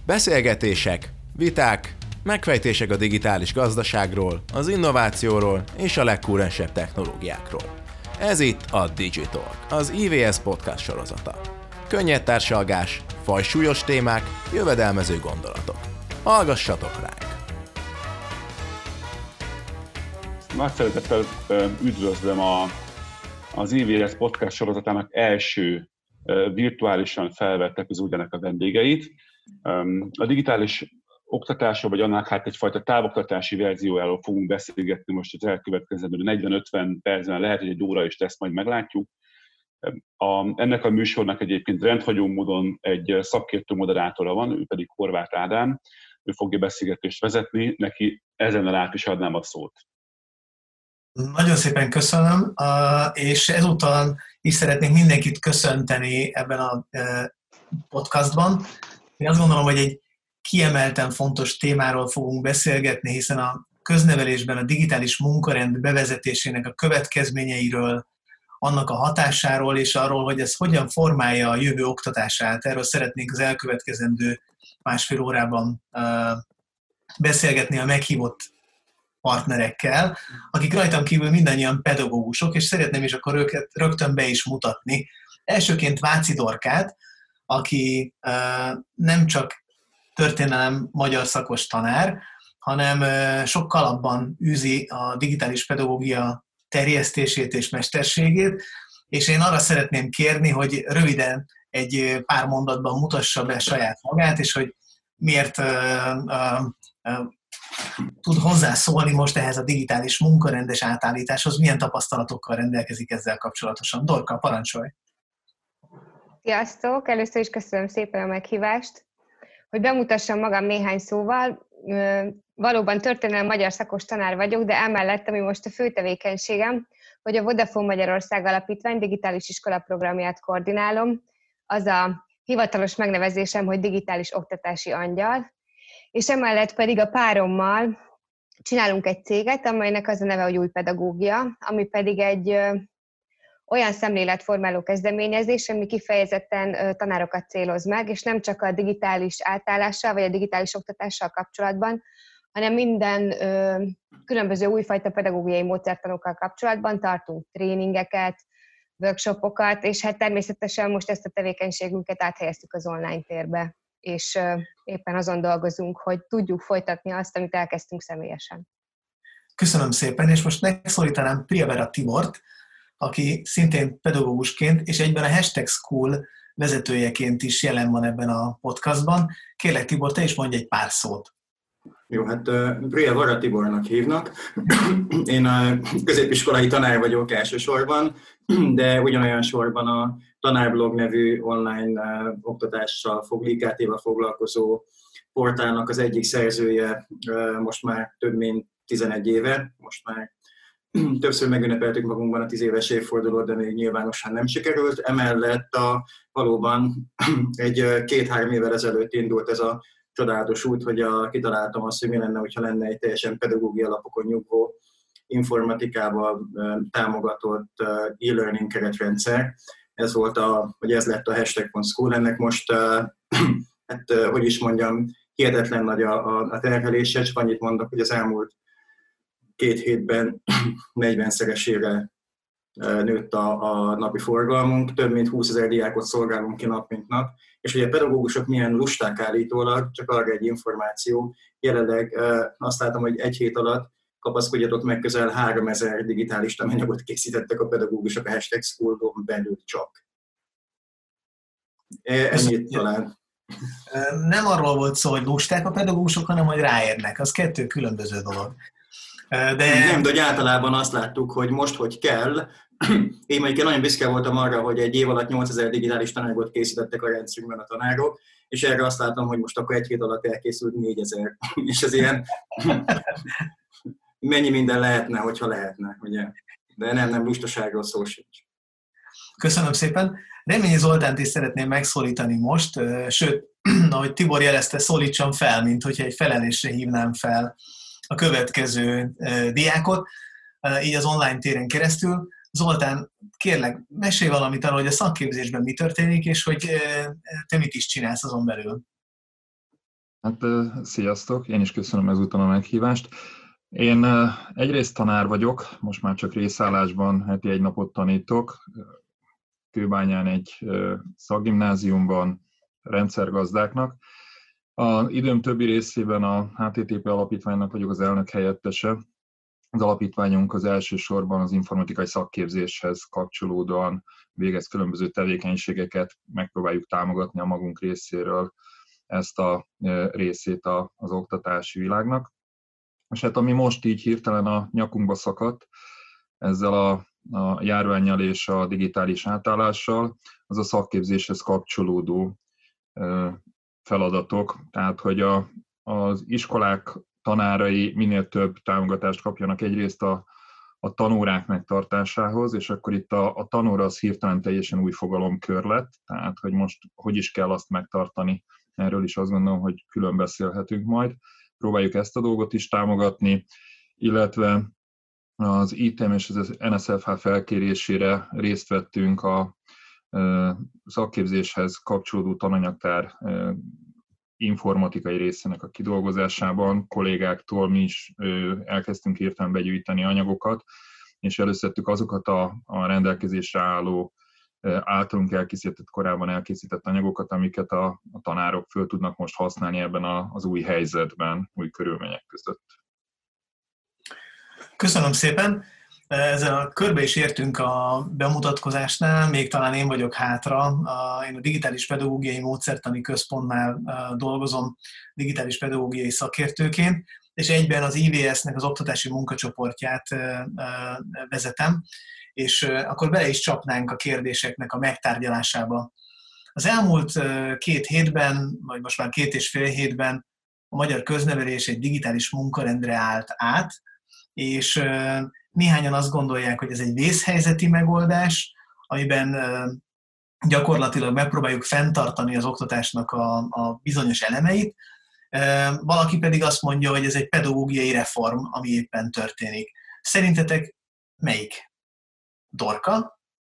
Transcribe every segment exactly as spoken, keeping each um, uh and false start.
Beszélgetések, viták, megfejtések a digitális gazdaságról, az innovációról és a legkúrensebb technológiákról. Ez itt a Digitalk, az i vé es podcast sorozata. Könnyed társalgás, fajsúlyos témák, jövedelmező gondolatok. Hallgassatok ránk! Nagy szeretettel üdvözlöm a, az i vé es podcast sorozatának első virtuálisan felvett epizódjának a vendégeit. A digitális oktatásról, vagy annak hát egyfajta távoktatási verziójáról fogunk beszélgetni most az elkövetkező negyven-ötven percben, lehet, hogy egy óra is lesz, majd meglátjuk. A, ennek a műsornak egyébként rendhagyó módon egy szakértő moderátora van, ő pedig Horváth Ádám, ő fogja beszélgetést vezetni, neki ezen át is adnám a szót. Nagyon szépen köszönöm, és ezúttal is szeretnék mindenkit köszönteni ebben a podcastban. Én azt gondolom, hogy egy kiemelten fontos témáról fogunk beszélgetni, hiszen a köznevelésben a digitális munkarend bevezetésének a következményeiről, annak a hatásáról és arról, hogy ez hogyan formálja a jövő oktatását. Erről szeretnénk az elkövetkezendő másfél órában beszélgetni a meghívott partnerekkel, akik rajtam kívül mindannyian pedagógusok, és szeretném is akkor őket rögtön be is mutatni. Elsőként Váci Dorkát, aki nem csak történelem magyar szakos tanár, hanem sokkal abban űzi a digitális pedagógia terjesztését és mesterségét, és én arra szeretném kérni, hogy röviden egy pár mondatban mutassa be saját magát, és hogy miért uh, uh, uh, tud hozzászólni most ehhez a digitális munkarendes átállításhoz, milyen tapasztalatokkal rendelkezik ezzel kapcsolatosan. Dorka, parancsolj! Sziasztok! Először is köszönöm szépen a meghívást. Hogy bemutassam magam néhány szóval, valóban történelem magyar szakos tanár vagyok, de emellett, ami most a fő tevékenységem, hogy a Vodafone Magyarország Alapítvány digitális iskola programját koordinálom, az a hivatalos megnevezésem, hogy digitális oktatási angyal, és emellett pedig a párommal csinálunk egy céget, amelynek az a neve, hogy Új Pedagógia, ami pedig egy olyan szemléletformáló kezdeményezés, ami kifejezetten tanárokat céloz meg, és nem csak a digitális átállással, vagy a digitális oktatással kapcsolatban, hanem minden ö, különböző újfajta pedagógiai módszertanokkal kapcsolatban tartunk tréningeket, workshopokat, és hát természetesen most ezt a tevékenységünket áthelyeztük az online térbe, és ö, éppen azon dolgozunk, hogy tudjuk folytatni azt, amit elkezdtünk személyesen. Köszönöm szépen, és most megszólítanám Priavera Tibort, aki szintén pedagógusként és egyben a Hashtag School vezetőjeként is jelen van ebben a podcastban. Kérlek Tibor, te is mondj egy pár szót. Jó, hát uh, Priavera Tibornak hívnak. Én a középiskolai tanár vagyok elsősorban, de ugyanolyan sorban a Tanárblog nevű online uh, oktatással fog, i ká té-vel foglalkozó portálnak az egyik szerzője uh, most már több mint tizenegy éve, most már többször megünnepeltük magunkban a tíz éves évfordulót, de még nyilvánosan nem sikerült. Emellett a, valóban egy két-három évvel ezelőtt indult ez a csodálatos út, hogy a, kitaláltam azt, hogy mi lenne, hogyha lenne egy teljesen pedagógia alapokon nyugvó, informatikával támogatott e-learning keretrendszer. Ez volt a, hogy ez lett a hashtag pont school. Ennek most, hát, hogy is mondjam, hihetetlen nagy a, a, a terhelése, csak annyit mondok, hogy az elmúlt két hétben negyvenszeresére nőtt a, a napi forgalmunk, több mint húszezer diákot szolgálunk ki nap mint nap, és hogy a pedagógusok milyen lusták állítólag, csak arra egy információ, jelenleg azt látom, hogy egy hét alatt kapaszkodjatok meg, közel háromezer digitális tananyagot készítettek a pedagógusok a Hashtag School-on belül csak. Ennyit talán. Nem arról volt szó, hogy lusták a pedagógusok, hanem hogy ráérnek. Az kettő különböző dolog. De... Nem, de hogy általában azt láttuk, hogy most, hogy kell, én mondjuk nagyon büszke voltam arra, hogy egy év alatt nyolcezer digitális tananyagot készítettek a rendszerünkben a tanárok, és erre azt látom, hogy most akkor egy hét alatt elkészült négyezer. És ez ilyen, mennyi minden lehetne, hogyha lehetne, ugye? De nem, nem, lustaságról szó sincs. Köszönöm szépen. Reményi Zoltánt is szeretném megszólítani most, sőt, ahogy Tibor jelezte, szólítsam fel, mint hogyha egy felelésre hívnám fel a következő diákot, így az online téren keresztül. Zoltán, kérlek, mesélj valamit arról, hogy a szakképzésben mi történik, és hogy te mit is csinálsz azon belül. Hát sziasztok, én is köszönöm ezúton a meghívást. Én egyrészt tanár vagyok, most már csak részállásban heti egy napot tanítok, Kőbányán egy szakgimnáziumban rendszergazdáknak. Az időm többi részében a há té té pé alapítványnak vagyok az elnök helyettese. Az alapítványunk az elsősorban az informatikai szakképzéshez kapcsolódóan végez különböző tevékenységeket, megpróbáljuk támogatni a magunk részéről ezt a részét az oktatási világnak. És hát ami most így hirtelen a nyakunkba szakadt, ezzel a, a járvánnyal és a digitális átállással, az a szakképzéshez kapcsolódó feladatok, tehát hogy a, az iskolák tanárai minél több támogatást kapjanak egyrészt a, a tanórák megtartásához, és akkor itt a, a tanóra az hirtelen teljesen új fogalomkör lett, tehát hogy most hogy is kell azt megtartani, erről is azt gondolom, hogy külön beszélhetünk majd. Próbáljuk ezt a dolgot is támogatni, illetve az i té e em és az en es ef há felkérésére részt vettünk a szakképzéshez kapcsolódó tananyagtár informatikai részének a kidolgozásában. Kollégáktól mi is elkezdtünk hirtelen begyűjteni anyagokat, és előszedtük azokat a, a rendelkezésre álló általunk elkészített, korábban elkészített anyagokat, amiket a, a tanárok föl tudnak most használni ebben a, az új helyzetben, új körülmények között. Köszönöm szépen! Ezzel a körbe is értünk a bemutatkozásnál, még talán én vagyok hátra. Én a Digitális Pedagógiai Módszertani Központnál dolgozom digitális pedagógiai szakértőként, és egyben az i vé es-nek az oktatási munkacsoportját vezetem, és akkor bele is csapnánk a kérdéseknek a megtárgyalásába. Az elmúlt két hétben, vagy most már két és fél hétben a magyar köznevelés egy digitális munkarendre állt át, és néhányan azt gondolják, hogy ez egy vészhelyzeti megoldás, amiben gyakorlatilag megpróbáljuk fenntartani az oktatásnak a, a bizonyos elemeit. Valaki pedig azt mondja, hogy ez egy pedagógiai reform, ami éppen történik. Szerintetek melyik? Dorka?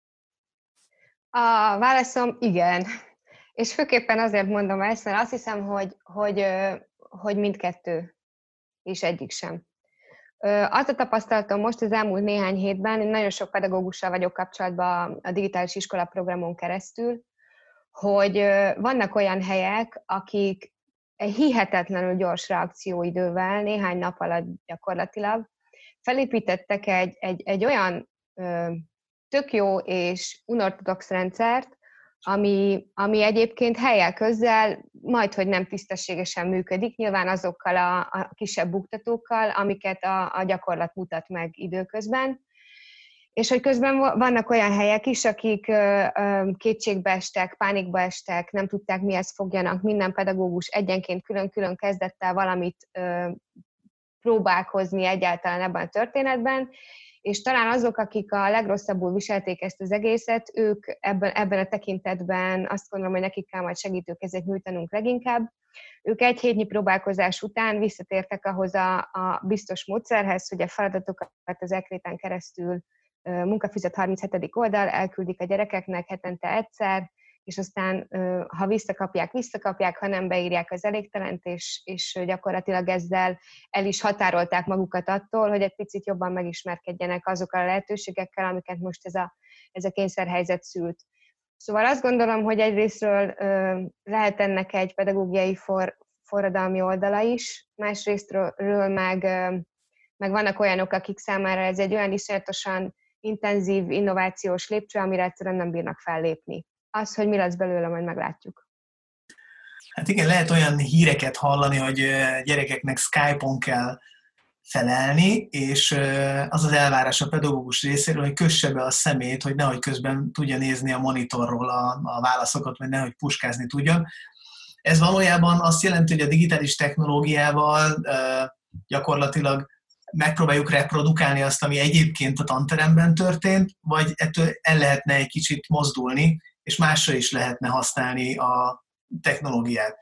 A válaszom igen. És főképpen azért mondom ezt, mert azt hiszem, hogy, hogy, hogy mindkettő, és egyik sem. Azt a tapasztalatom most az elmúlt néhány hétben, én nagyon sok pedagógussal vagyok kapcsolatban a digitális iskola programon keresztül, hogy vannak olyan helyek, akik egy hihetetlenül gyors reakcióidővel, néhány nap alatt gyakorlatilag felépítettek egy, egy, egy olyan ö, tök jó és unortodox rendszert, ami, ami egyébként helyek közzel majdhogy nem tisztességesen működik, nyilván azokkal a, a kisebb buktatókkal, amiket a, a gyakorlat mutat meg időközben. És hogy közben vannak olyan helyek is, akik ö, ö, kétségbe estek, pánikba estek, nem tudták mihez fogjanak, minden pedagógus egyenként külön-külön kezdett el valamit ö, próbálkozni egyáltalán ebben a történetben, és talán azok, akik a legrosszabbul viselték ezt az egészet, ők ebben, ebben a tekintetben azt gondolom, hogy nekik kell majd segítőkezet nyújtanunk leginkább. Ők egy hétnyi próbálkozás után visszatértek ahhoz a, a biztos módszerhez, hogy a feladatokat az ekréten keresztül munkafizet harminchetedik oldal elküldik a gyerekeknek hetente egyszer, és aztán ha visszakapják, visszakapják, ha nem beírják az elégtelent, és, és gyakorlatilag ezzel el is határolták magukat attól, hogy egy picit jobban megismerkedjenek azokkal a lehetőségekkel, amiket most ez a, ez a kényszerhelyzet szült. Szóval azt gondolom, hogy egyrésztről lehet ennek egy pedagógiai for, forradalmi oldala is, másrésztről meg, meg vannak olyanok, akik számára ez egy olyan iszonyatosan intenzív, innovációs lépcső, amire egyszerűen nem bírnak fellépni. Az, hogy mi lesz belőle, majd meglátjuk. Hát igen, lehet olyan híreket hallani, hogy gyerekeknek Skype-on kell felelni, és az az elvárás a pedagógus részéről, hogy kösse be a szemét, hogy nehogy közben tudja nézni a monitorról a, a válaszokat, vagy nehogy puskázni tudjon. Ez valójában azt jelenti, hogy a digitális technológiával gyakorlatilag megpróbáljuk reprodukálni azt, ami egyébként a tanteremben történt, vagy ettől el lehetne egy kicsit mozdulni, és másra is lehetne használni a technológiát.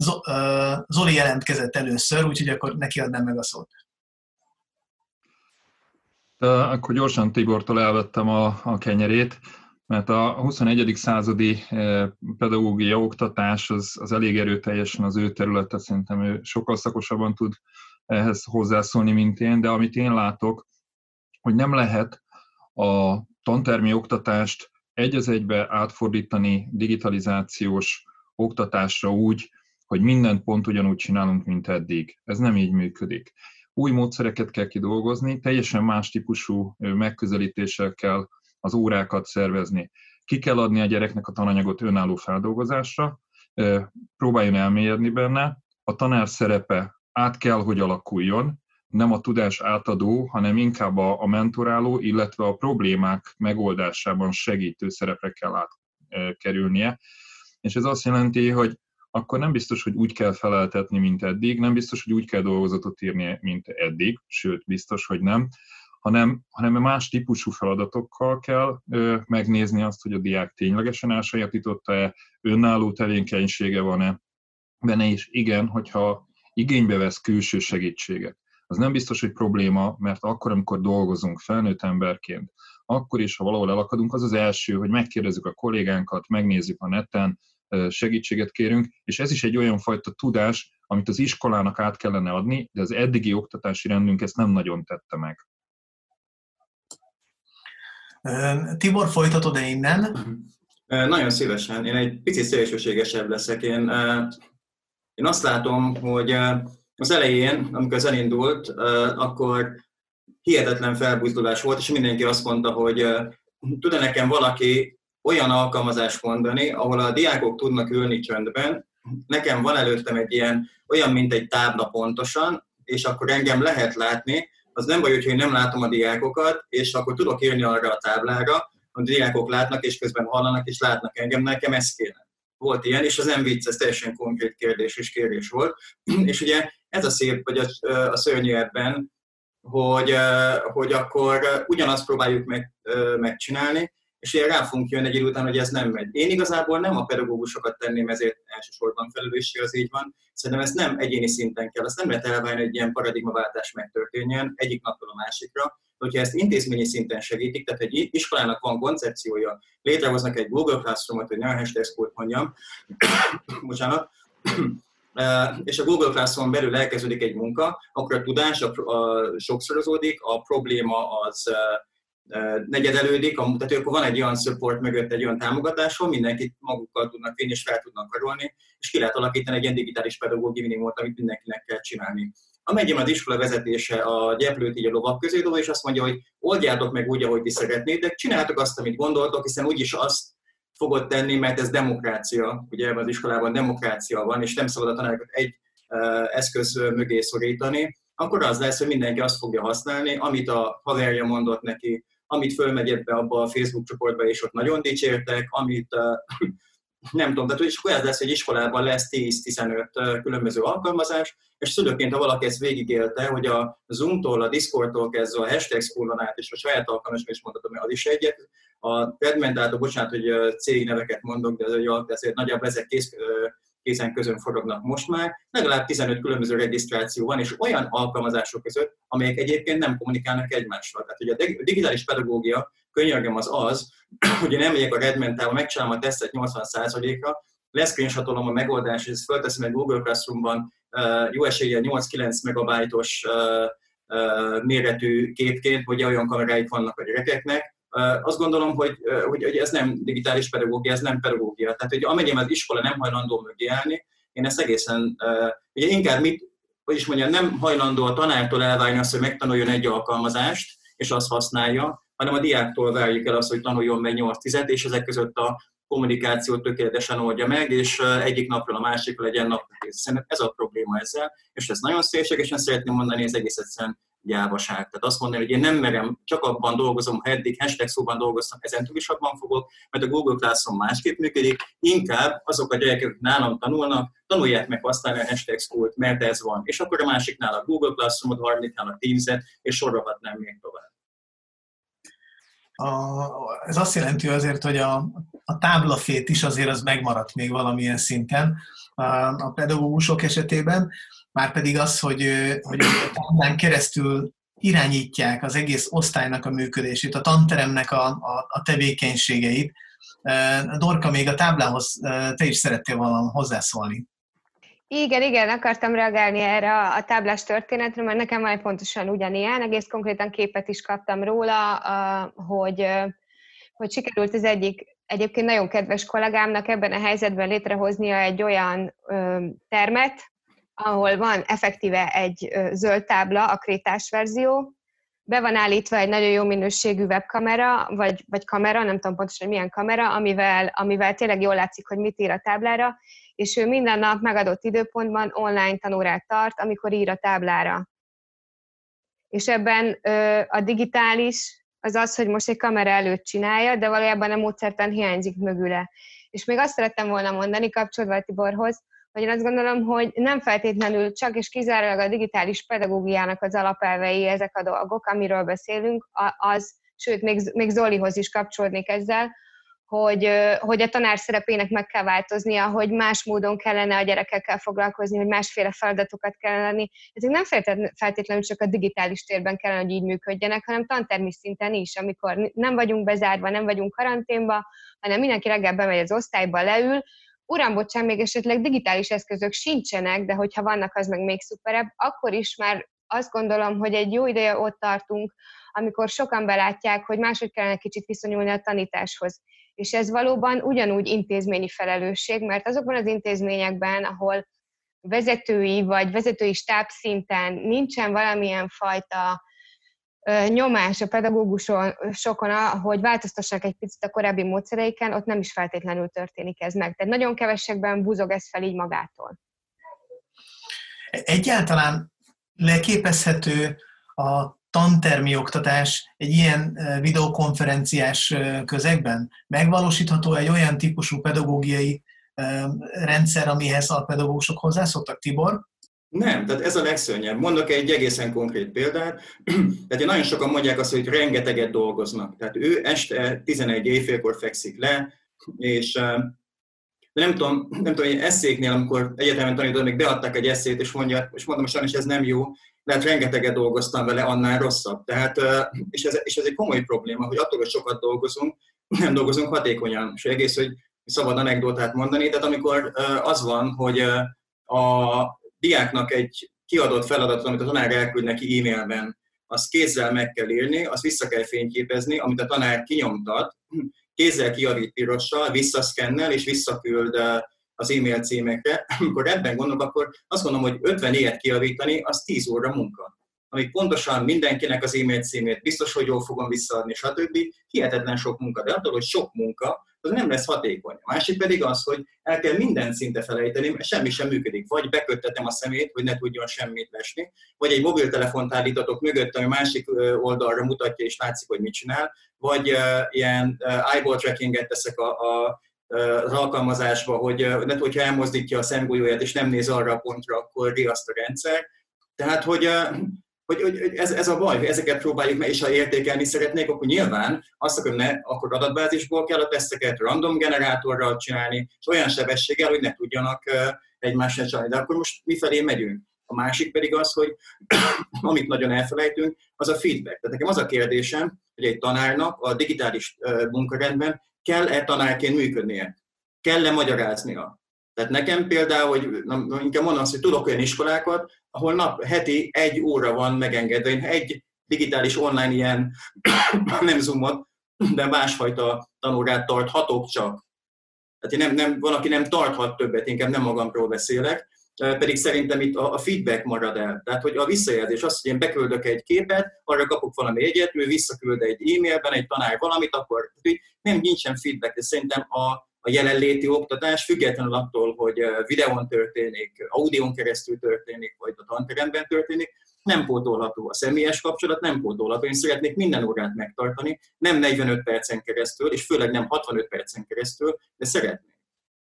Zoli jelentkezett először, úgyhogy akkor neki adnám meg a szót. De akkor gyorsan Tibortól elvettem a, a kenyerét. Mert a huszonegyedik századi pedagógia, oktatás az, az elég erőteljesen az ő területe, szerintem ő sokkal szakosabban tud ehhez hozzászólni, mint én, de amit én látok, hogy nem lehet a tantermi oktatást egy az egybe átfordítani digitalizációs oktatásra úgy, hogy mindent pont ugyanúgy csinálunk, mint eddig. Ez nem így működik. Új módszereket kell kidolgozni, teljesen más típusú megközelítéssel kell az órákat szervezni. Ki kell adni a gyereknek a tananyagot önálló feldolgozásra, próbáljon elmélyedni benne, a tanár szerepe át kell, hogy alakuljon, nem a tudás átadó, hanem inkább a mentoráló, illetve a problémák megoldásában segítő szerepre kell átkerülnie. És ez azt jelenti, hogy akkor nem biztos, hogy úgy kell feleltetni, mint eddig, nem biztos, hogy úgy kell dolgozatot írni, mint eddig, sőt, biztos, hogy nem, hanem, hanem más típusú feladatokkal kell ö, megnézni azt, hogy a diák ténylegesen elsajátította-e, önálló tevékenysége van-e benne, és igen, hogyha igénybe vesz külső segítséget. Az nem biztos, hogy probléma, mert akkor, amikor dolgozunk felnőtt emberként, akkor is, ha valahol elakadunk, az az első, hogy megkérdezzük a kollégánkat, megnézzük a neten, segítséget kérünk, és ez is egy olyan fajta tudás, amit az iskolának át kellene adni, de az eddigi oktatási rendünk ezt nem nagyon tette meg. Tibor, folytatod-e innen? Nagyon szívesen. Én egy picit szélsőségesebb leszek. Én, én azt látom, hogy az elején, amikor ez elindult, akkor hihetetlen felbuzdulás volt, és mindenki azt mondta, hogy tud-e nekem valaki olyan alkalmazást mondani, ahol a diákok tudnak ülni csöndben, nekem van előttem egy ilyen, olyan, mint egy tábla pontosan, és akkor engem lehet látni, az nem baj, hogy én nem látom a diákokat, és akkor tudok írni arra a táblára, a diákok látnak, és közben hallanak, és látnak engem, nekem ez kéne. Volt ilyen, és az nem vicc, ez teljesen konkrét kérdés és kérés volt. És ugye ez a szép, vagy a, a szörnyű ebben, hogy, hogy akkor ugyanazt próbáljuk meg, megcsinálni, és ilyen rá fogunk jönni egy idő után, hogy ez nem megy. Én igazából nem a pedagógusokat tenném ezért elsősorban felelősség, az így van. Szerintem ezt nem egyéni szinten kell, azt nem lehet elvárni, hogy egy ilyen paradigmaváltás megtörténjen egyik napról a másikra. Hogyha ezt intézményi szinten segítik, tehát egy iskolának van koncepciója, létrehoznak egy Google Classroom-ot, hogy ne a hashtag school-t mondjam, bocsánat, és a Google Classroom belül elkezdődik egy munka, akkor a tudás a, a sokszorozódik, a probléma az negyedelődik, tehát akkor van egy olyan support mögött, egy olyan támogatás, ahol mindenkit magukkal tudnak vinni és fel tudnak karolni, és ki lehet alakítani egy ilyen digitális pedagógiai minimumot, amit mindenkinek kell csinálni. Amennyiben az iskola vezetése a gyeplőt így a lovak közé dob, és azt mondja, hogy oldjátok meg úgy, ahogy ti szeretnétek, csináltok azt, amit gondoltok, hiszen úgyis azt fogod tenni, mert ez demokrácia, ugye ebben az iskolában demokrácia van, és nem szabad a tanárokat egy uh, eszköz mögé szorítani, akkor az lesz, hogy mindenki azt fogja használni, amit a haverja mondott neki, amit fölmegy ebbe abba a Facebook csoportba, és ott nagyon dicsértek, amit uh, nem tudom, tehát és olyan lesz, hogy iskolában lesz tíz-tizenöt különböző alkalmazás, és szülőként, ha valaki ezt végigélte, hogy a Zoom-tól, a Discord-tól kezdve a hashtag school-on át, és a saját alkalmazásban is mondhatom, hogy az is egyet, a Redmentától, bocsánat, hogy cég neveket mondok, de azért nagyjából ezek kész, kézen közön forognak most már, legalább tizenöt különböző regisztráció van, és olyan alkalmazások között, amelyek egyébként nem kommunikálnak egymással. Tehát ugye a digitális pedagógia, könyörgöm az az, hogy én elmegyek a Redmentába, megcsinálom a tesztet nyolcvan százalékra, leszcreenshotolom a megoldást, és ezt fölteszem egy Google Classroom-ban jó eséllyel nyolc-kilenc megabájtos méretű képként, hogy olyan kameráik vannak a gyerekeknek. Azt gondolom, hogy, hogy, hogy ez nem digitális pedagógia, ez nem pedagógia. Tehát, hogy amennyiben az iskola nem hajlandó mögé állni, én ezt egészen, ugye inkább mit, hogy is mondjam, nem hajlandó a tanártól elvárni azt, hogy megtanuljon egy alkalmazást, és azt használja, hanem a diáktól várjuk el azt, hogy tanuljon meg nyolc-tízet, és ezek között a kommunikációt tökéletesen oldja meg, és egyik napról a másikra legyen napkész. Szerintem ez a probléma ezzel, és ezt nagyon szélségesen szeretném mondani, ez egész egyszerűen gyávaság. Tehát azt mondani, hogy én nem merem, csak abban dolgozom, ha eddig hashtag szóban dolgoztam, ezen túl is abban fogok, mert a Google Classroom másképp működik, inkább azok a gyerekek, akik nálam tanulnak, tanulják meg használni a hashtag school-t, mert ez van. És akkor a másiknál a Google Classroom-ot, a harmadiknál a Teams-et, és sorolhatnám még tovább. A, ez azt jelenti azért, hogy a, a táblafét is azért az megmaradt még valamilyen szinten a, a pedagógusok esetében, márpedig az, hogy, hogy a táblán keresztül irányítják az egész osztálynak a működését, a tanteremnek a, a, a tevékenységeit. Dorka, még a táblához te is szerettél valami hozzászólni. Igen, igen, akartam reagálni erre a táblás történetre, mert nekem van pontosan ugyanilyen, egész konkrétan képet is kaptam róla, hogy, hogy sikerült az egyik egyébként nagyon kedves kollégámnak ebben a helyzetben létrehoznia egy olyan termet, ahol van effektíve egy zöld tábla, a krétás verzió, be van állítva egy nagyon jó minőségű webkamera, vagy, vagy kamera, nem tudom pontosan, hogy milyen kamera, amivel, amivel tényleg jól látszik, hogy mit ír a táblára, és ő minden nap megadott időpontban online tanórát tart, amikor ír a táblára. És ebben ö, a digitális az az, hogy most egy kamera előtt csinálja, de valójában a módszertan hiányzik mögüle. És még azt szerettem volna mondani, kapcsolva a Tiborhoz, hogy én azt gondolom, hogy nem feltétlenül csak és kizárólag a digitális pedagógiának az alapelvei ezek a dolgok, amiről beszélünk, az, sőt, még, még Zolihoz is kapcsolódnék ezzel, hogy, hogy a tanár szerepének meg kell változnia, hogy más módon kellene a gyerekekkel foglalkozni, hogy másféle feladatokat kell lenni. Ezek nem feltétlenül csak a digitális térben kellene, hogy így működjenek, hanem tantermi szinten is, amikor nem vagyunk bezárva, nem vagyunk karanténba, hanem mindenki reggel bemegy az osztályba, leül. Uram, bocsán, még esetleg digitális eszközök sincsenek, de hogyha vannak, az meg még szuperebb, akkor is már azt gondolom, hogy egy jó ideje ott tartunk, amikor sokan belátják, hogy máshogy kellene kicsit viszonyulni a tanításhoz. És ez valóban ugyanúgy intézményi felelősség, mert azokban az intézményekben, ahol vezetői vagy vezetői stáb szinten nincsen valamilyen fajta nyomás a pedagógusokon, hogy változtassák egy picit a korábbi módszereiken, ott nem is feltétlenül történik ez meg. Tehát nagyon kevesekben buzog ez fel így magától. Egyáltalán leképezhető a tantermi oktatás egy ilyen videokonferenciás közegben? Megvalósítható egy olyan típusú pedagógiai rendszer, amihez a pedagógusok hozzászoktak, Tibor? Nem, tehát ez a legszörnyebb. Mondok egy egészen konkrét példát. Tehát nagyon sokan mondják azt, hogy rengeteget dolgoznak. Tehát ő este tizenegy éjfélkor fekszik le, és de nem tudom, nem tudom, hogy eszéknél, amikor egyetemen tanítod, még beadták egy eszét, és mondja, és mondom, hogy sajnos ez nem jó, lehet rengeteget dolgoztam vele, annál rosszabb. Tehát, és ez, és ez egy komoly probléma, hogy attól, hogy sokat dolgozunk, nem dolgozunk hatékonyan. És egész, hogy szabad anekdotát mondani, tehát amikor az van, hogy a diáknak egy kiadott feladatot, amit a tanár elküld neki e-mailben, azt kézzel meg kell írni, azt vissza kell fényképezni, amit a tanár kinyomtat, kézzel kijavít pirossal, visszaszkennel és visszaküld az e-mail címekre. Amikor ebben gondolok, akkor azt mondom, hogy ötven ilyet kijavítani, az tíz óra munka. Amíg pontosan mindenkinek az e-mail címét biztos, hogy jól fogom visszaadni, stb. Hihetetlen sok munka, de attól, hogy sok munka, az nem lesz hatékony. A másik pedig az, hogy el kell minden szinte felejteni, mert semmi sem működik. Vagy beköttetem a szemét, hogy ne tudjon semmit lesni, vagy egy mobiltelefont állítatok mögött, ami másik oldalra mutatja és látszik, hogy mit csinál, vagy uh, ilyen uh, eyeball trackinget teszek a, a, az alkalmazásba, hogy uh, hogyha elmozdítja a szemgolyóját és nem néz arra a pontra, akkor riaszt a rendszer. Tehát, hogy uh, Hogy, hogy ez, ez a baj, hogy ezeket próbáljuk meg, és ha értékelni szeretnék, akkor nyilván azt akarom, ne, akkor adatbázisból kell a teszteket random generátorral csinálni, és olyan sebességgel, hogy ne tudjanak egymással csinálni. De akkor most mifelé megyünk? A másik pedig az, hogy amit nagyon elfelejtünk, az a feedback. Tehát nekem az a kérdésem, hogy egy tanárnak a digitális munkarendben kell-e tanárként működnie? Kell-e magyaráznia? Tehát nekem például, hogy na, inkább mondom azt, hogy tudok olyan iskolákat, ahol nap, heti egy óra van megengedve. Én egy digitális online ilyen, nem Zoomot, de másfajta tanórát tarthatok csak. Tehát nem, nem, van, aki nem tarthat többet, inkább nem magamról beszélek, pedig szerintem itt a, a feedback marad el. Tehát, hogy a visszajelzés az, hogy én beküldök egy képet, arra kapok valami egyet, ő visszaküld egy e-mailben, egy tanár valamit, akkor nem, nincsen feedback, ez szerintem a a jelenléti oktatás, függetlenül attól, hogy videón történik, audión keresztül történik, vagy a tanteremben történik, nem pótolható. A személyes kapcsolat nem pótolható. Én szeretnék minden órát megtartani, nem negyvenöt percen keresztül, és főleg nem hatvanöt percen keresztül, de szeretnék.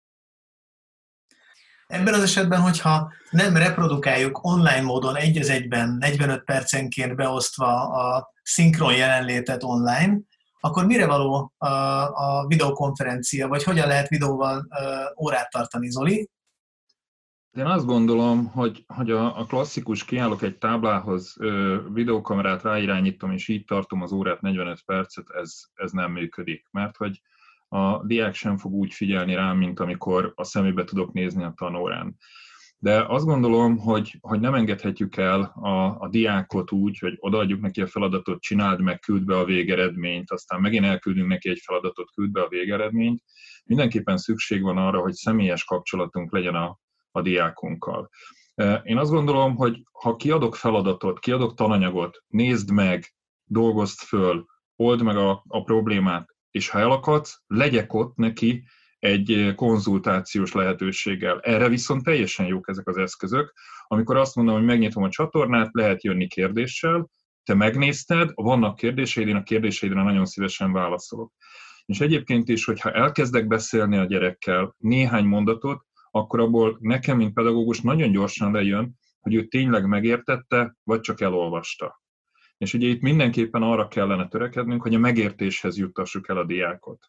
Ebben az esetben, hogyha nem reprodukáljuk online módon egy az egyben negyvenöt percenként beosztva a szinkron jelenlétet online, akkor mire való a, a videokonferencia, vagy hogyan lehet videóval uh, órát tartani, Zoli? Én azt gondolom, hogy, hogy a, a klasszikus kiállok egy táblához, videókamerát ráirányítom, és így tartom az órát negyvenöt percet, ez, ez nem működik. Mert hogy a diák sem fog úgy figyelni rám, mint amikor a szemébe tudok nézni a tanórán. De azt gondolom, hogy, hogy nem engedhetjük el a, a diákot úgy, hogy odaadjuk neki a feladatot, csináld meg, küld be a végeredményt, aztán megint elküldünk neki egy feladatot, küld be a végeredményt. Mindenképpen szükség van arra, hogy személyes kapcsolatunk legyen a, a diákunkkal. Én azt gondolom, hogy ha kiadok feladatot, kiadok tananyagot, nézd meg, dolgozd föl, old meg a, a problémát, és ha elakadsz, legyek ott neki egy konzultációs lehetőséggel. Erre viszont teljesen jók ezek az eszközök. Amikor azt mondom, hogy megnyitom a csatornát, lehet jönni kérdéssel, te megnézted, vannak kérdéseid, én a kérdéseidre nagyon szívesen válaszolok. És egyébként is, hogyha elkezdek beszélni a gyerekkel néhány mondatot, akkor abból nekem, mint pedagógus nagyon gyorsan lejön, hogy ő tényleg megértette, vagy csak elolvasta. És ugye itt mindenképpen arra kellene törekednünk, hogy a megértéshez juttassuk el a diákot.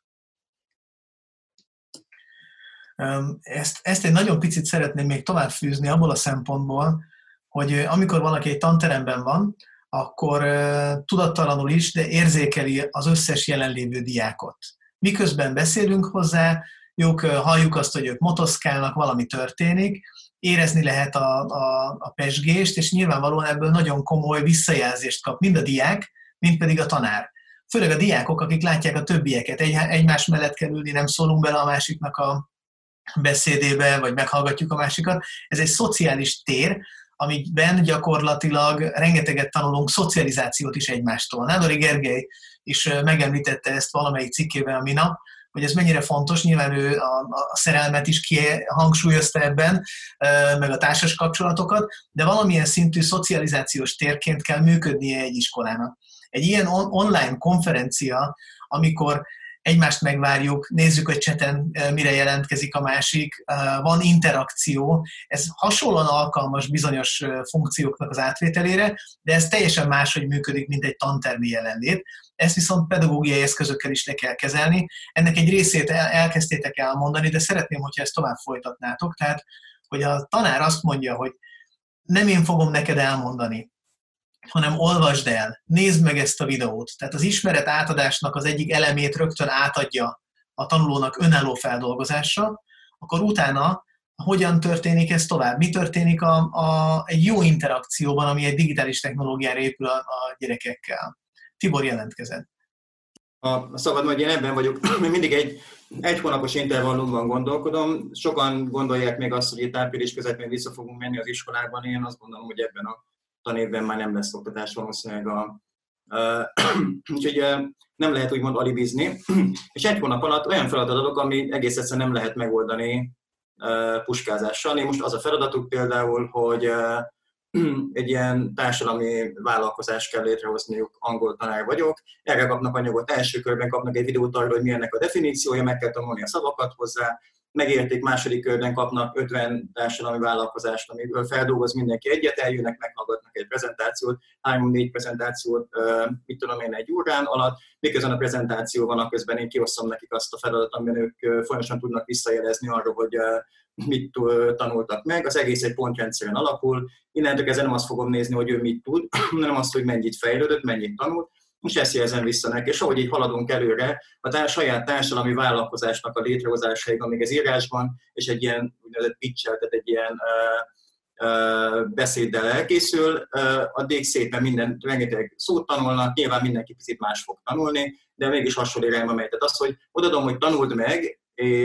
Ezt, ezt egy nagyon picit szeretném még tovább fűzni abból a szempontból, hogy amikor valaki egy tanteremben van, akkor tudattalanul is, de érzékeli az összes jelenlévő diákot. Miközben beszélünk hozzá, jók, halljuk azt, hogy ők motoszkálnak, valami történik, érezni lehet a, a, a pezsgést, és nyilvánvalóan ebből nagyon komoly visszajelzést kap mind a diák, mind pedig a tanár. Főleg a diákok, akik látják a többieket. Egy, egymás mellett kell ülni, nem szólunk bele a másiknak a beszédébe, vagy meghallgatjuk a másikat. Ez egy szociális tér, amiben gyakorlatilag rengeteget tanulunk szocializációt is egymástól. Nádori Gergely is megemlítette ezt valamelyik cikkében a minap, hogy ez mennyire fontos, nyilván ő a, a szerelmet is kihangsúlyozta ebben, meg a társas kapcsolatokat, de valamilyen szintű szocializációs térként kell működnie egy iskolának. Egy ilyen on- online konferencia, amikor egymást megvárjuk, nézzük, hogy cseten mire jelentkezik a másik, van interakció, ez hasonlóan alkalmas bizonyos funkcióknak az átvételére, de ez teljesen máshogy működik, mint egy tantermi jelenlét. Ezt viszont pedagógiai eszközökkel is le kell kezelni. Ennek egy részét elkezdtétek elmondani, de szeretném, hogyha ezt tovább folytatnátok. Tehát, hogy a tanár azt mondja, hogy nem én fogom neked elmondani, hanem olvasd el, nézd meg ezt a videót. Tehát az ismeret átadásnak az egyik elemét rögtön átadja a tanulónak önálló feldolgozásra, akkor utána hogyan történik ez tovább? Mi történik a, a, egy jó interakcióban, ami egy digitális technológiára épül a, a gyerekekkel? Tibor, jelentkezett. A szabad, hogy én ebben vagyok, mindig egy egy hónapos intervallumban gondolkodom. Sokan gondolják még azt, hogy itt április közepén vissza fogunk menni az iskolában. Én azt gondolom, hogy ebben a tanévben már nem lesz oktatás valószínűleg. A, uh, úgyhogy uh, nem lehet úgymond alibizni. És egy hónap alatt olyan feladat adok, ami egész egyszerűen nem lehet megoldani uh, puskázással. Én most az a feladatuk például, hogy uh, egy ilyen társadalmi vállalkozást kell létrehozniuk, angol tanár vagyok, erre kapnak anyagot, első körben kapnak egy videót arról, hogy mi ennek a definíciója, meg kell tanulni a szavakat hozzá, megérték, második körben kapnak ötven társadalmi vállalkozást, amiből feldolgoz mindenki egyet, eljönnek, meghallgatnak egy prezentációt, három-négy prezentációt, mit tudom én, egy órán alatt, miközben a prezentáció van, a közben én kiosztom nekik azt a feladatot, amiben ők folyamatosan tudnak visszajelezni arról, hogy mit tanultak meg, az egész egy pontrendszeren alapul, innentől kezdve nem azt fogom nézni, hogy ő mit tud, hanem azt, hogy mennyit fejlődött, mennyit tanult, és ezt jelzem vissza neki. És ahogy így haladunk előre, a társ, saját társadalmi vállalkozásnak a létrehozásaig, amíg ez írásban, és egy ilyen úgynevezett pitch-el, tehát egy ilyen uh, uh, beszéddel elkészül, uh, addig szépen minden, rengeteg szót tanulnak, nyilván mindenki picit más fog tanulni, de mégis hasonló irányba megy. Tehát az, hogy odadom, hogy tanuld meg,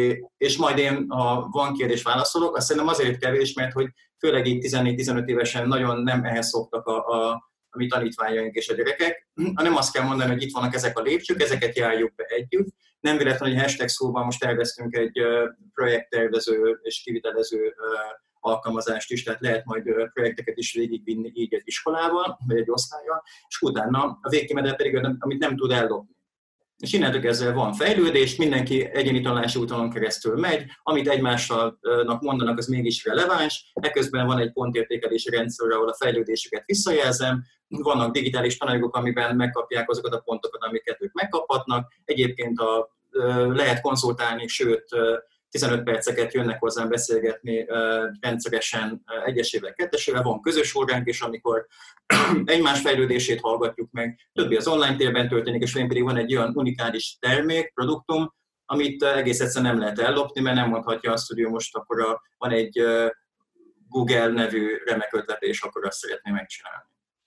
és majd én, ha van kérdés, válaszolok, azt szerintem azért kevés, mert hogy főleg így tizennégy-tizenöt évesen nagyon nem ehhez szoktak a, a, a mi tanítványaink és a gyerekek, hanem azt kell mondani, hogy itt vannak ezek a lépcsők, ezeket járjuk be együtt. Nem véletlenül, hogy hashtag szóban most terveztünk egy projekttervező és kivitelező alkalmazást is, tehát lehet majd projekteket is végigvinni így egy iskolával, vagy egy osztállyal, és utána a végkimenet pedig, amit nem tud eldobni. És innentől kezdve van fejlődés, mindenki egyéni tanulási úton keresztül megy, amit egymásnak mondanak, az mégis releváns, ekközben van egy pontértékelési rendszer, ahol a fejlődésüket visszajelzem, vannak digitális tananyagok, amiben megkapják azokat a pontokat, amiket ők megkaphatnak, egyébként a, lehet konzultálni, sőt, tizenöt perceket jönnek hozzám beszélgetni rendszeresen egyesével, kettesével, van közös óránk, és amikor egymás fejlődését hallgatjuk meg, többi az online térben történik, és én pedig van egy olyan unikális termék, produktum, amit egész egyszerűen nem lehet ellopni, mert nem mondhatja azt, hogy ő most akkor a, van egy Google nevű remek ötlete, és akkor azt szeretné megcsinálni.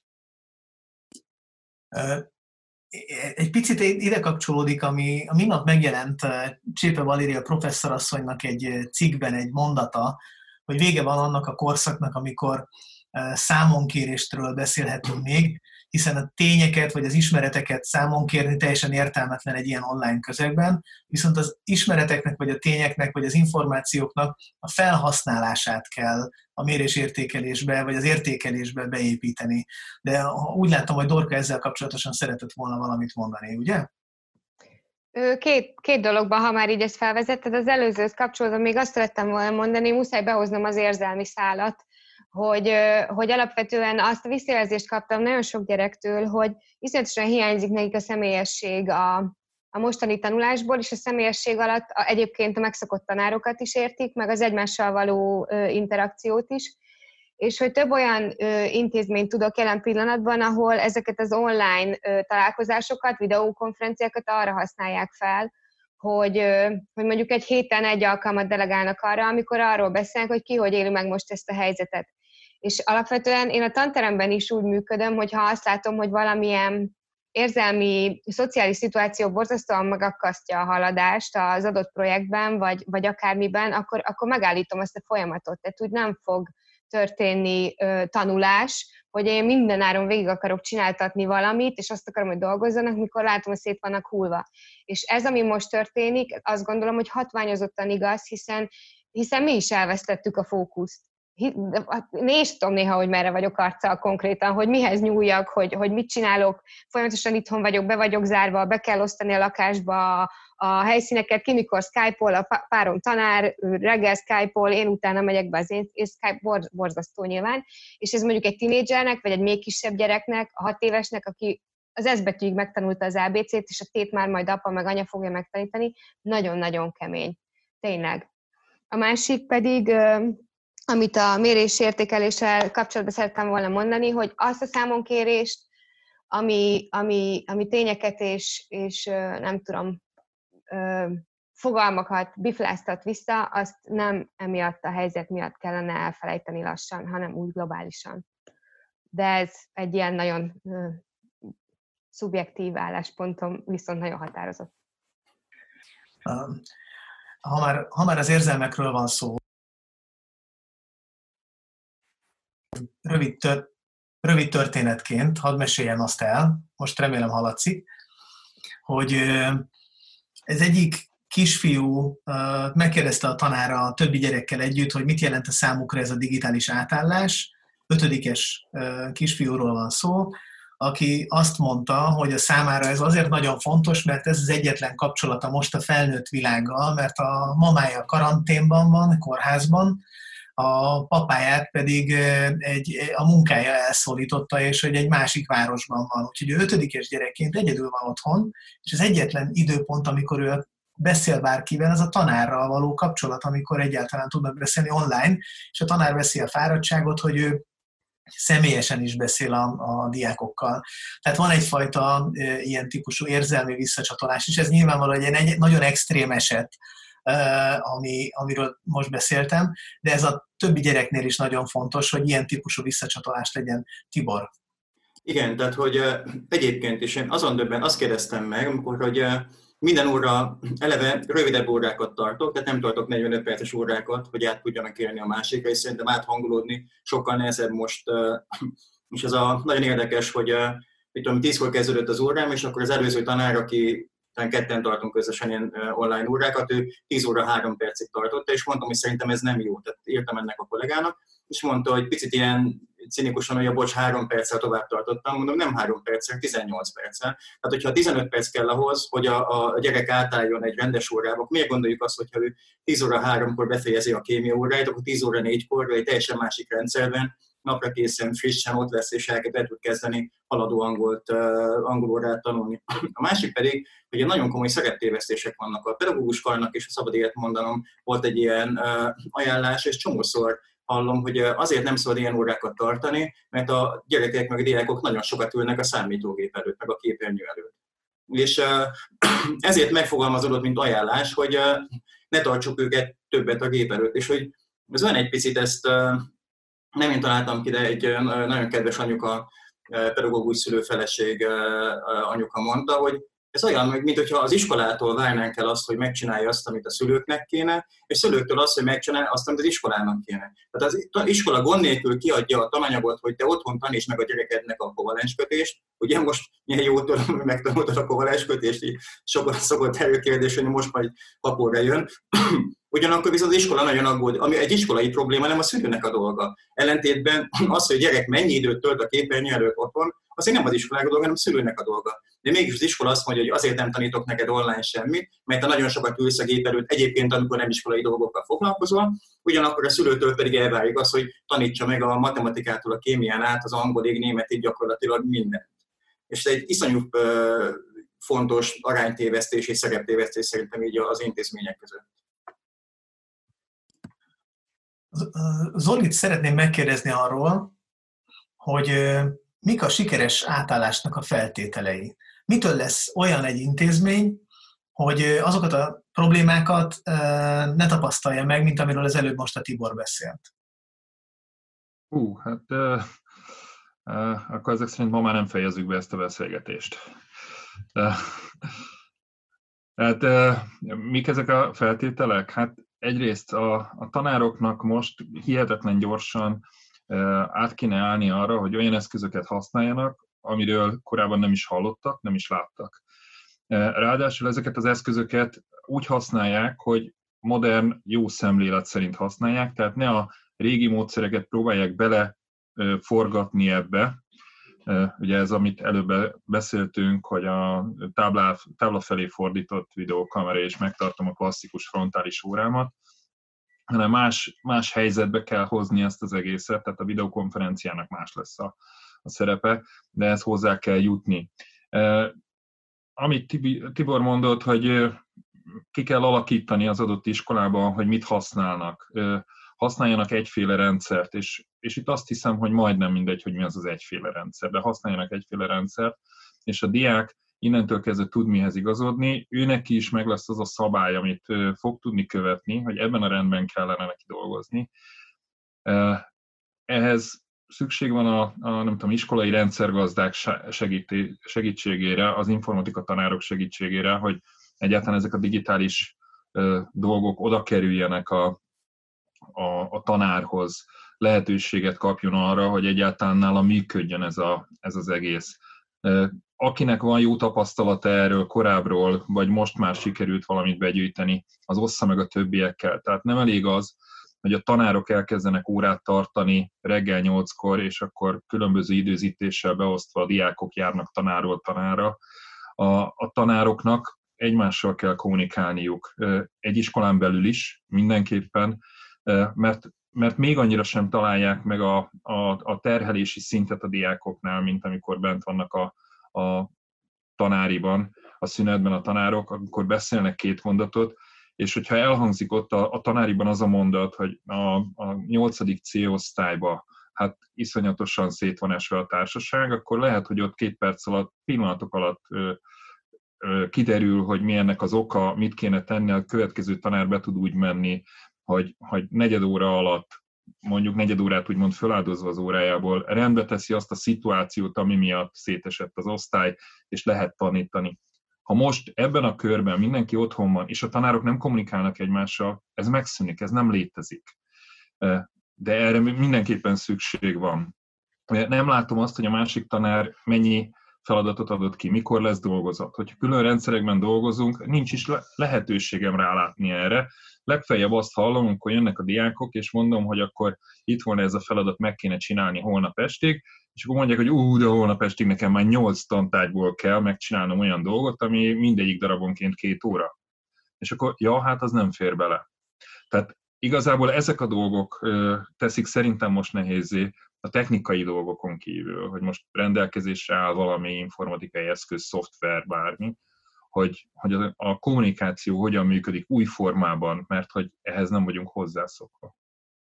Egy picit ide kapcsolódik, ami a minap megjelent Csépe Valéria professzorasszonynak egy cikkben egy mondata, hogy vége van annak a korszaknak, amikor számonkéréstről beszélhetünk még, hiszen a tényeket vagy az ismereteket számon kérni teljesen értelmetlen egy ilyen online közegben, viszont az ismereteknek, vagy a tényeknek, vagy az információknak a felhasználását kell a mérésértékelésbe, vagy az értékelésbe beépíteni. De úgy láttam, hogy Dorka ezzel kapcsolatosan szeretett volna valamit mondani, ugye? Két, két dologban, ha már így ezt felvezetted, az előzőhöz kapcsolatban még azt szerettem volna mondani, muszáj behoznom az érzelmi szálat, hogy, hogy alapvetően azt a visszajelzést kaptam nagyon sok gyerektől, hogy iszonyatosan hiányzik nekik a személyesség a, a mostani tanulásból, és a személyesség alatt a, egyébként a megszokott tanárokat is értik, meg az egymással való ö, interakciót is, és hogy több olyan ö, intézményt tudok jelen pillanatban, ahol ezeket az online ö, találkozásokat, videókonferenciákat arra használják fel, hogy, ö, hogy mondjuk egy héten egy alkalmat delegálnak arra, amikor arról beszélnek, hogy ki hogy éli meg most ezt a helyzetet. És alapvetően én a tanteremben is úgy működöm, hogy ha azt látom, hogy valamilyen érzelmi, szociális szituáció borzasztóan megakasztja a haladást az adott projektben, vagy, vagy akármiben, akkor, akkor megállítom azt a folyamatot. Tehát úgy nem fog történni ö, tanulás, hogy én mindenáron végig akarok csináltatni valamit, és azt akarom, hogy dolgozzanak, mikor látom, hogy szét vannak hullva. És ez, ami most történik, azt gondolom, hogy hatványozottan igaz, hiszen, hiszen mi is elvesztettük a fókuszt. Én is tudom néha, hogy merre vagyok arccal konkrétan, hogy mihez nyúljak, hogy, hogy mit csinálok, folyamatosan itthon vagyok, be vagyok zárva, be kell osztani a lakásba a, a helyszíneket, ki mikor Skype-ol, a párom tanár, reggel Skype-ol, én utána megyek be az én, én Skype borz, borzasztó nyilván, és ez mondjuk egy tínédzsernek, vagy egy még kisebb gyereknek, a hat évesnek, aki az S betűig megtanulta az á bé cét, és a tét már majd apa meg anya fogja megtanítani, nagyon-nagyon kemény. Tényleg. A másik pedig, amit a mérésértékeléssel kapcsolatban szerettem volna mondani, hogy azt a számonkérést, ami, ami, ami tényeket és, és nem tudom, fogalmakat bifláztat vissza, azt nem emiatt a helyzet miatt kellene elfelejteni lassan, hanem úgy globálisan. De ez egy ilyen nagyon szubjektív álláspontom, viszont nagyon határozott. Ha már, ha már az érzelmekről van szó, rövid, tör, rövid történetként, hadd meséljem azt el, most remélem hallatszik, hogy ez egyik kisfiú megkérdezte a tanára a többi gyerekkel együtt, hogy mit jelent a számukra ez a digitális átállás. Ötödikes kisfiúról van szó, aki azt mondta, hogy a számára ez azért nagyon fontos, mert ez az egyetlen kapcsolata most a felnőtt világgal, mert a mamája karanténban van, kórházban, a papáját pedig egy, a munkája elszólította, és hogy egy másik városban van. Úgyhogy ő ötödikes gyerekként egyedül van otthon, és az egyetlen időpont, amikor ő beszél bárkivel, az a tanárral való kapcsolat, amikor egyáltalán tudnak beszélni online, és a tanár veszi a fáradtságot, hogy ő személyesen is beszél a, a diákokkal. Tehát van egyfajta e, ilyen típusú érzelmi visszacsatolás, és ez nyilvánvalóan egy, egy nagyon extrém eset, e, ami, amiről most beszéltem, de ez a többi gyereknél is nagyon fontos, hogy ilyen típusú visszacsatolás legyen. Tibor. Igen, tehát hogy uh, egyébként is én azon döbben azt kérdeztem meg, amikor, hogy uh, minden óra eleve rövidebb órákat tartok, tehát nem tartok negyvenöt perces órákat, hogy át tudjanak élni a másikra, és szerintem áthangolódni sokkal nehezebb most. Uh, és ez a nagyon érdekes, hogy uh, tudom, tízkor kezdődött az órám, és akkor az előző tanár, aki talán ketten tartunk közösen ilyen uh, online órákat, ő tíz óra három percig tartotta, és mondtam, hogy szerintem ez nem jó. Tehát írtam ennek a kollégának, és mondta, hogy picit ilyen cinikusan, hogy a bocs, három perccel tovább tartottam, mondom, nem három perccel, tizennyolc perccel. Tehát, hogyha tizenöt perc kell ahhoz, hogy a, a gyerek átálljon egy rendes órába, miért gondoljuk azt, hogyha ő tíz óra háromkor befejezi a kémia óráit, akkor tíz óra négykor, vagy egy teljesen másik rendszerben napra készen, frissen ott lesz, és el tud kezdeni haladó angolt, angolórát tanulni. A másik pedig, hogy nagyon komoly szereptévesztések vannak. A pedagógus karnak, és a szabad élet mondanom, volt egy ilyen ajánlás, és csomószor hallom, hogy azért nem szabad ilyen órákat tartani, mert a gyerekek meg a diákok nagyon sokat ülnek a számítógép előtt, meg a képernyő előtt. És ezért megfogalmazódott, mint ajánlás, hogy ne tartsuk őket többet a gép előtt, és hogy ez olyan egy picit, ezt nem én találtam ki, de egy nagyon kedves anyuka, pedagógus szülőfeleség anyuka mondta, hogy ez olyan, mint hogyha az iskolától várnánk el azt, hogy megcsinálja azt, amit a szülőknek kéne, és szülőktől azt, hogy megcsinálja azt, amit az iskolának kéne. Tehát az iskola gond nélkül kiadja a tananyagot, hogy te otthon tanítsd meg a gyerekednek a kovalenskötést. Ugye most milyen jó tudom, hogy megtanultad a kovalenskötést, így sokan szokott előkérdés, hogy most majd kapóra jön. Ugyanakkor viszont az iskola nagyon aggódik, ami egy iskolai probléma, nem a szülőnek a dolga. Ellentétben az, hogy a gyerek mennyi időt tölt a képernyő előtt otthon, azért nem az iskolának a dolga, hanem a szülőnek a dolga. De mégis az iskola azt mondja, hogy azért nem tanítok neked online semmit, mert te nagyon sokat ülsz a gép előtt, egyébként amikor nem iskolai dolgokkal foglalkozol, ugyanakkor a szülőtől pedig elvárjuk azt, hogy tanítsa meg a matematikától a kémián át, az angolig, németig gyakorlatilag mindent. És ez egy iszonyú fontos aránytévesztés és szereptévesztés szerintem így az intézmények között. Zolit szeretném megkérdezni arról, hogy mik a sikeres átállásnak a feltételei. Mitől lesz olyan egy intézmény, hogy azokat a problémákat ne tapasztalja meg, mint amiről az előbb most a Tibor beszélt? Hú, hát uh, uh, akkor ezek szerint ma már nem fejezzük be ezt a beszélgetést. Uh, hát uh, mik ezek a feltételek? Hát egyrészt a, a tanároknak most hihetetlen gyorsan uh, át kéne állni arra, hogy olyan eszközöket használjanak, amiről korábban nem is hallottak, nem is láttak. Uh, ráadásul ezeket az eszközöket úgy használják, hogy modern, jó szemlélet szerint használják, tehát ne a régi módszereket próbálják bele uh, forgatni ebbe. Uh, ugye ez, amit előbb beszéltünk, hogy a táblá, tábla felé fordított videókamera, és megtartom a klasszikus frontális órámat, hanem más, más helyzetbe kell hozni ezt az egészet, tehát a videokonferenciának más lesz a, a szerepe, de ezt hozzá kell jutni. Uh, amit Tibor mondott, hogy uh, ki kell alakítani az adott iskolában, hogy mit használnak. Uh, használjanak egyféle rendszert, és, és itt azt hiszem, hogy majdnem mindegy, hogy mi az az egyféle rendszer, de használjanak egyféle rendszert, és a diák innentől kezdve tud mihez igazodni, ő neki is meg lesz az a szabály, amit fog tudni követni, hogy ebben a rendben kellene neki dolgozni. Ehhez szükség van a, a nem tudom, iskolai rendszergazdák segítségére, az informatika tanárok segítségére, hogy egyáltalán ezek a digitális dolgok oda kerüljenek a A, a tanárhoz, lehetőséget kapjon arra, hogy egyáltalán nála működjön ez, a, ez az egész. Akinek van jó tapasztalata erről korábbról, vagy most már sikerült valamit begyűjteni, az ossza meg a többiekkel. Tehát nem elég az, hogy a tanárok elkezdenek órát tartani reggel nyolckor, és akkor különböző időzítéssel beosztva a diákok járnak tanárról tanára. A, a tanároknak egymással kell kommunikálniuk. Egy iskolán belül is mindenképpen, Mert, mert még annyira sem találják meg a, a, a terhelési szintet a diákoknál, mint amikor bent vannak a, a tanáriban, a szünetben a tanárok, amikor beszélnek két mondatot, és hogyha elhangzik ott a, a tanáriban az a mondat, hogy a, a nyolcadik C-osztályba hát iszonyatosan szét van esve a társaság, akkor lehet, hogy ott két perc alatt, pillanatok alatt ö, ö, kiderül, hogy mi ennek az oka, mit kéne tenni, a következő tanár be tud úgy menni, hogy, hogy negyed óra alatt, mondjuk negyed órát úgymond föláldozva az órájából rendbe teszi azt a szituációt, ami miatt szétesett az osztály, és lehet tanítani. Ha most ebben a körben mindenki otthon van, és a tanárok nem kommunikálnak egymással, ez megszűnik, ez nem létezik. De erre mindenképpen szükség van. Nem látom azt, hogy a másik tanár mennyi feladatot adott ki, mikor lesz dolgozat. Hogyha külön rendszerekben dolgozunk, nincs is lehetőségem rálátni erre. Legfeljebb azt hallom, amikor jönnek a diákok, és mondom, hogy akkor itt volna ez a feladat, meg kéne csinálni holnap estig, és akkor mondják, hogy ú, de holnap estig nekem már nyolc tantárgyból kell megcsinálnom olyan dolgot, ami mindegyik darabonként két óra. És akkor, ja, hát az nem fér bele. Tehát igazából ezek a dolgok ö, teszik szerintem most nehézzé a technikai dolgokon kívül, hogy most rendelkezésre áll valami informatikai eszköz, szoftver, bármi, hogy, hogy a kommunikáció hogyan működik új formában, mert hogy ehhez nem vagyunk hozzászokva.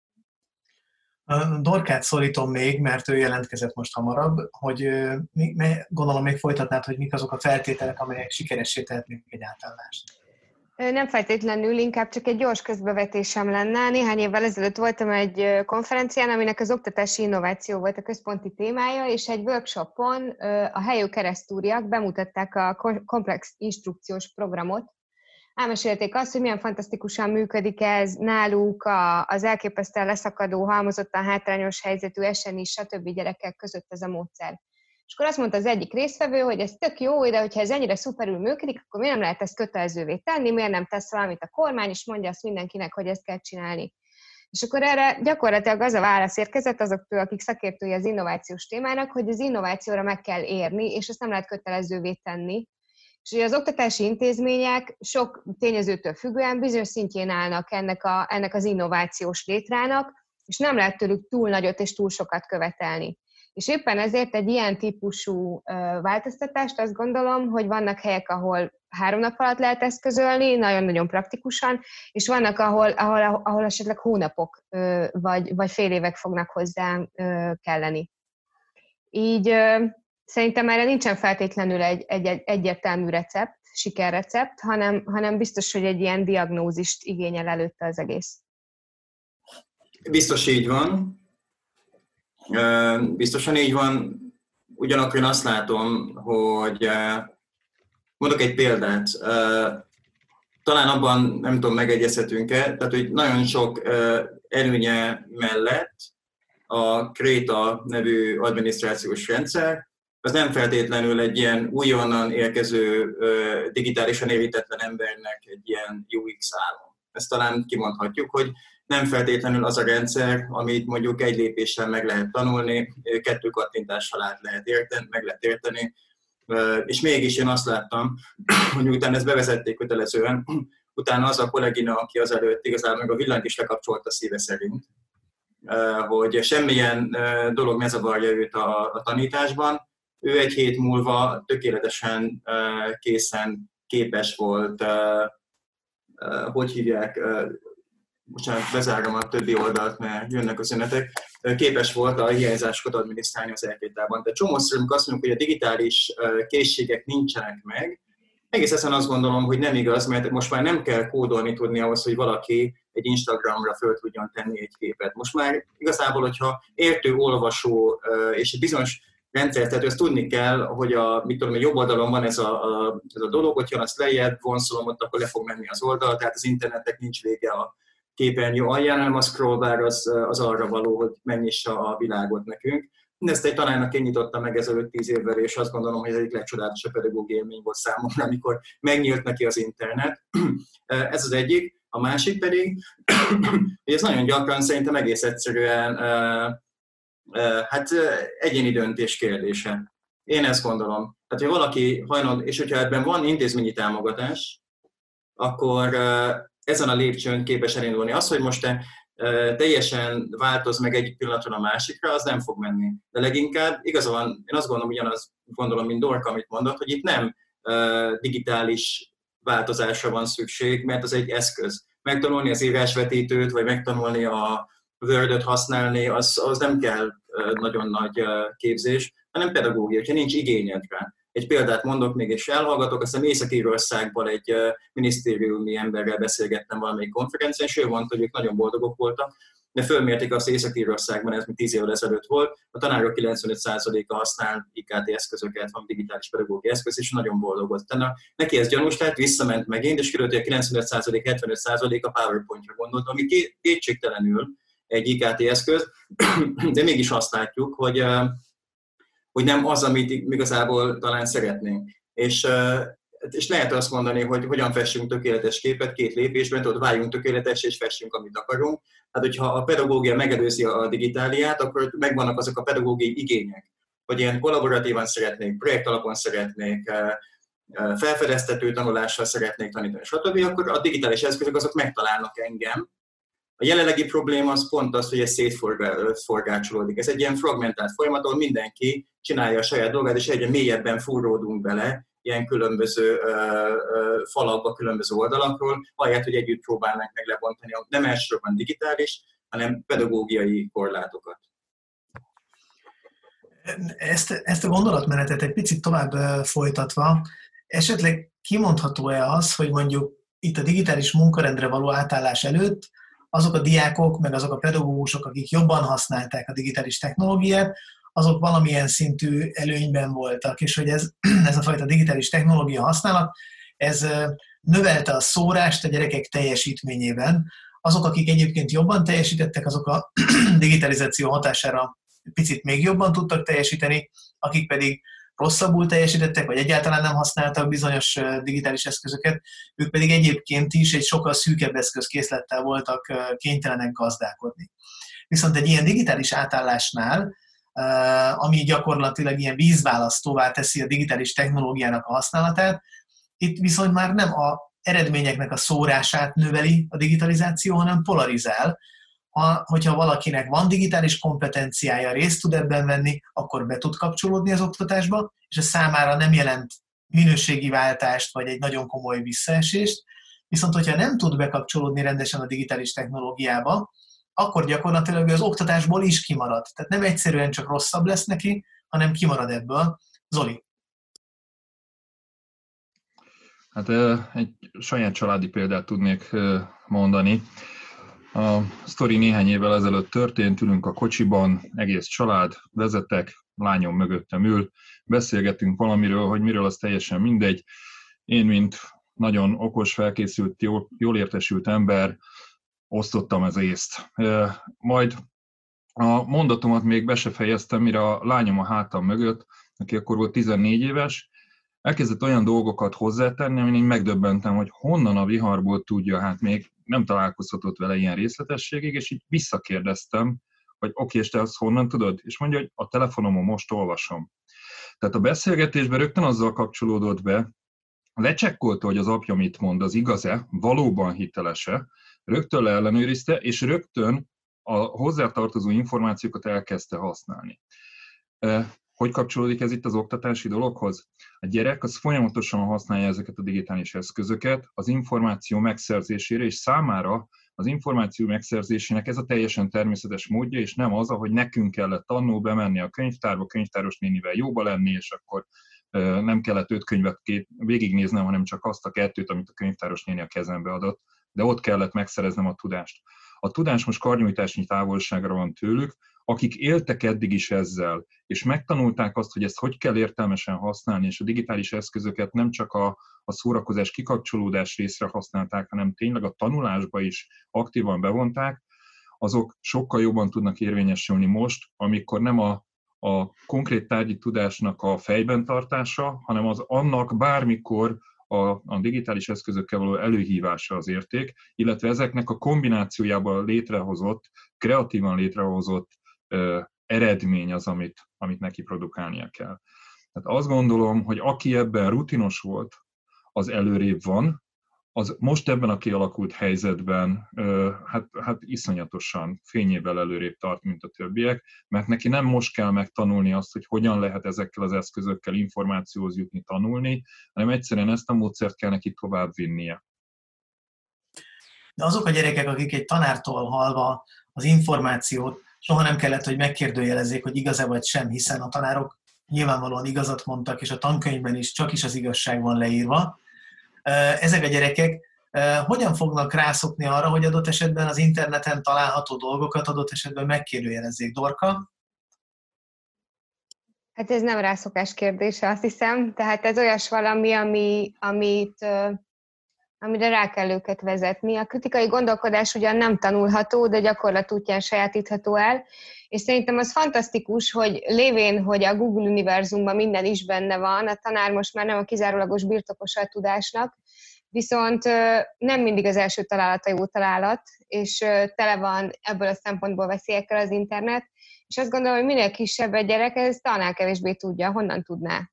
Dorkát szólítom még, mert ő jelentkezett most hamarabb, hogy gondolom még folytatnád, hogy mik azok a feltételek, amelyek sikeressé tehetnék egy átállást. Nem feltétlenül, inkább csak egy gyors közbevetésem lenne. Néhány évvel ezelőtt voltam egy konferencián, aminek az oktatási innováció volt a központi témája, és egy workshopon a helyő keresztúriak bemutatták a komplex instrukciós programot. Elmesélték azt, hogy milyen fantasztikusan működik ez náluk, az elképesztően leszakadó, halmozottan hátrányos helyzetű, es en i, stb. Gyerekek között ez a módszer. És akkor azt mondta az egyik résztvevő, hogy ez tök jó, de hogyha ez ennyire szuperül működik, akkor miért nem lehet ezt kötelezővé tenni, miért nem tesz valamit a kormány, és mondja azt mindenkinek, hogy ezt kell csinálni. És akkor erre gyakorlatilag az a válasz érkezett azoktól, akik szakértői az innovációs témának, hogy az innovációra meg kell érni, és ezt nem lehet kötelezővé tenni. És ugye az oktatási intézmények sok tényezőtől függően bizonyos szintjén állnak ennek, a, ennek az innovációs létrának, és nem lehet tőlük túl nagyot és túl sokat követelni. És éppen ezért egy ilyen típusú változtatást azt gondolom, hogy vannak helyek, ahol három nap alatt lehet eszközölni, nagyon-nagyon praktikusan, és vannak, ahol, ahol, ahol esetleg hónapok vagy, vagy fél évek fognak hozzá kelleni. Így szerintem erre nincsen feltétlenül egy, egy, egy egyértelmű recept, sikerrecept, hanem, hanem biztos, hogy egy ilyen diagnózist igényel előtte az egész. Biztos így van. Biztosan így van. Ugyanakkor én azt látom, hogy mondok egy példát. Talán abban nem tudom, megegyezhetünk-e, tehát hogy nagyon sok előnye mellett a Kréta nevű adminisztrációs rendszer, az nem feltétlenül egy ilyen újonnan érkező, digitálisan érintetlen embernek egy ilyen u iksz álom. Ezt talán kimondhatjuk, hogy nem feltétlenül az a rendszer, amit mondjuk egy lépéssel meg lehet tanulni, kettő kattintással át lehet érteni, meg lehet érteni, és mégis én azt láttam, hogy utána ezt bevezették kötelezően, utána az a kollégina, aki azelőtt igazából meg a villanyt is lekapcsolta szíve szerint, hogy semmilyen dolog ne zavarja őt a, a tanításban, ő egy hét múlva tökéletesen készen képes volt, hogy hívják, bocsánat, bezárom a többi oldalt, mert jönnek az üzenetek, képes volt a hiányzásokat adminisztrálni az elkétában. De csomószor, amikor azt mondjuk, hogy a digitális készségek nincsenek meg, egész egyszerűen azt gondolom, hogy nem igaz, mert most már nem kell kódolni tudni ahhoz, hogy valaki egy Instagramra föl tudjon tenni egy képet. Most már igazából, hogyha értő, olvasó és egy bizonyos rendszer, tehát ezt tudni kell, hogy a, mit tudom, a jobb oldalon van ez a, a, ez a dolog, hogyha azt lejjebb vonszolom, ott akkor le fog menni az oldal, tehát az internetnek nincs vége a képernyő alján, hanem a scrollbar az, az arra való, hogy megnyissa a világot nekünk. Ezt egy tanárnak én nyitottam meg ezelőtt tíz évvel, és azt gondolom, hogy ez egyik legcsodálatosabb pedagógiai élmény volt számomra, amikor megnyílt neki az internet. Ez az egyik. A másik pedig, hogy ez nagyon gyakran szerintem egész egyszerűen hát egyéni döntés kérdése. Én ezt gondolom. Tehát, hogy valaki hajlandó, és hogyha ebben van intézményi támogatás, akkor ezen a lépcsőn képes elindulni. Az, hogy most te teljesen változ meg egyik pillanatról a másikra, az nem fog menni. De leginkább igaza van, én azt gondolom, ugyanaz gondolom, mint Dorka, amit mondott, hogy itt nem digitális változásra van szükség, mert az egy eszköz. Megtanulni az írásvetítőt, vagy megtanulni a Word-öt használni, az, az nem kell nagyon nagy képzés, hanem pedagógia, hogyha nincs igényed rá. Egy példát mondok még, és elhallgatok, azt hiszem Észak-Írországban egy minisztériumi emberrel beszélgettem valamelyik konferencián, és ő mondta, hogy ők nagyon boldogok voltak, de fölmérték azt, hogy Észak-Írországban, ez még tíz évvel ezelőtt volt, a tanárok kilencvenöt százaléka használ i ká té eszközöket, van digitális pedagógiai eszköz, és nagyon boldog volt. Tehát neki ez gyanús, tehát visszament megint, és kiderült, hogy a kilencvenöt százalék, hetvenöt százalék a PowerPoint-ra gondolt, ami kétségtelenül egy i ká té eszköz, de mégis azt látjuk, hogy, hogy nem az, amit igazából talán szeretnénk. És, és lehet azt mondani, hogy hogyan fessünk tökéletes képet két lépésben, tudod, váljunk tökéletes és fessünk, amit akarunk. Hát, hogyha a pedagógia megelőzi a digitáliát, akkor megvannak azok a pedagógiai igények, hogy ilyen kollaboratívan szeretnék, projekt alapon szeretnék, felfedeztető tanulással szeretnék tanítani, stb., akkor a digitális eszközök azok megtalálnak engem, A jelenlegi probléma az pont az, hogy ez szétforgácsolódik. Ez egy ilyen fragmentált folyamat, ahol mindenki csinálja a saját dolgát, és egyre mélyebben fúródunk bele ilyen különböző ö, ö, falakba, különböző oldalakról, ahelyett, hogy együtt próbálnánk meg lebontani nem elsősorban digitális, hanem pedagógiai korlátokat. Ezt, ezt a gondolatmenetet egy picit tovább folytatva, esetleg kimondható-e az, hogy mondjuk itt a digitális munkarendre való átállás előtt azok a diákok, meg azok a pedagógusok, akik jobban használták a digitális technológiát, azok valamilyen szintű előnyben voltak, és hogy ez, ez a fajta digitális technológia használat, ez növelte a szórást a gyerekek teljesítményében. Azok, akik egyébként jobban teljesítettek, azok a digitalizáció hatására picit még jobban tudtak teljesíteni, akik pedig rosszabbul teljesítettek, vagy egyáltalán nem használtak bizonyos digitális eszközöket, ők pedig egyébként is egy sokkal szűkebb eszközkészlettel voltak kénytelenek gazdálkodni. Viszont egy ilyen digitális átállásnál, ami gyakorlatilag ilyen vízválasztóvá teszi a digitális technológiának a használatát, itt viszont már nem az eredményeknek a szórását növeli a digitalizáció, hanem polarizál. Ha, hogyha valakinek van digitális kompetenciája, részt tud ebben venni, akkor be tud kapcsolódni az oktatásba, és ez számára nem jelent minőségi váltást, vagy egy nagyon komoly visszaesést. Viszont, hogyha nem tud bekapcsolódni rendesen a digitális technológiába, akkor gyakorlatilag az oktatásból is kimarad. Tehát nem egyszerűen csak rosszabb lesz neki, hanem kimarad ebből. Zoli. Hát egy saját családi példát tudnék mondani. A sztori néhány évvel ezelőtt történt, ülünk a kocsiban, egész család, vezetek, lányom mögöttem ül, beszélgetünk valamiről, hogy miről, az teljesen mindegy. Én, mint nagyon okos, felkészült, jól, jól értesült ember, osztottam az észt. Majd a mondatomat még be se fejeztem, mire a lányom a hátam mögött, aki akkor volt tizennégy éves, elkezdett olyan dolgokat hozzátenni, amin én megdöbbentem, hogy honnan a viharból tudja, hát még nem találkozhatott vele ilyen részletességig, és így visszakérdeztem, hogy oké, okay, és te azt honnan tudod? És mondja, hogy a telefonomon most olvasom. Tehát a beszélgetésben rögtön azzal kapcsolódott be, lecsekkolta, hogy az apja mit mond, az igaz-e, valóban hiteles-e, rögtön leellenőrizte, és rögtön a hozzátartozó információkat elkezdte használni. Hogy kapcsolódik ez itt az oktatási dologhoz? A gyerek az folyamatosan használja ezeket a digitális eszközöket az információ megszerzésére, és számára az információ megszerzésének ez a teljesen természetes módja, és nem az, ahogy nekünk kellett annó bemenni a könyvtárba, könyvtáros nénivel jóba lenni, és akkor nem kellett öt könyvet végignéznem, hanem csak azt a kettőt, amit a könyvtáros néni a kezembe adott, de ott kellett megszereznem a tudást. A tudás most karnyújtásnyi távolságra van tőlük, akik éltek eddig is ezzel, és megtanulták azt, hogy ezt hogy kell értelmesen használni, és a digitális eszközöket nem csak a, a szórakozás, kikapcsolódás részre használták, hanem tényleg a tanulásba is aktívan bevonták, azok sokkal jobban tudnak érvényesülni most, amikor nem a, a konkrét tárgyi tudásnak a fejben tartása, hanem az annak bármikor a, a digitális eszközökkel való előhívása az érték, illetve ezeknek a kombinációjában létrehozott, kreatívan létrehozott ö, eredmény az, amit, amit neki produkálnia kell. Tehát azt gondolom, hogy aki ebben rutinos volt, az előrébb van, az most ebben a kialakult helyzetben ö, hát, hát iszonyatosan fényével előrébb tart, mint a többiek, mert neki nem most kell megtanulni azt, hogy hogyan lehet ezekkel az eszközökkel információhoz jutni, tanulni, hanem egyszerűen ezt a módszert kell neki tovább vinnie. De azok a gyerekek, akik egy tanártól hallva az információt soha nem kellett, hogy megkérdőjelezzék, hogy igaz-e vagy sem, hiszen a tanárok nyilvánvalóan igazat mondtak, és a tankönyvben is csak is az igazság van leírva. Ezek a gyerekek hogyan fognak rászokni arra, hogy adott esetben az interneten található dolgokat adott esetben megkérdőjelezzék? Dorka? Hát ez nem rászokás kérdése, azt hiszem. Tehát ez olyas valami, ami, amit, amire rá kell őket vezetni. A kritikai gondolkodás ugyan nem tanulható, de gyakorlat útján sajátítható el. És szerintem az fantasztikus, hogy lévén, hogy a Google univerzumban minden is benne van, a tanár most már nem a kizárólagos birtokosa a tudásnak, viszont nem mindig az első találata jó találat, és tele van ebből a szempontból veszélyekkel az internet, és azt gondolom, hogy minél kisebb egy gyerek, ez talán kevésbé tudja, honnan tudná.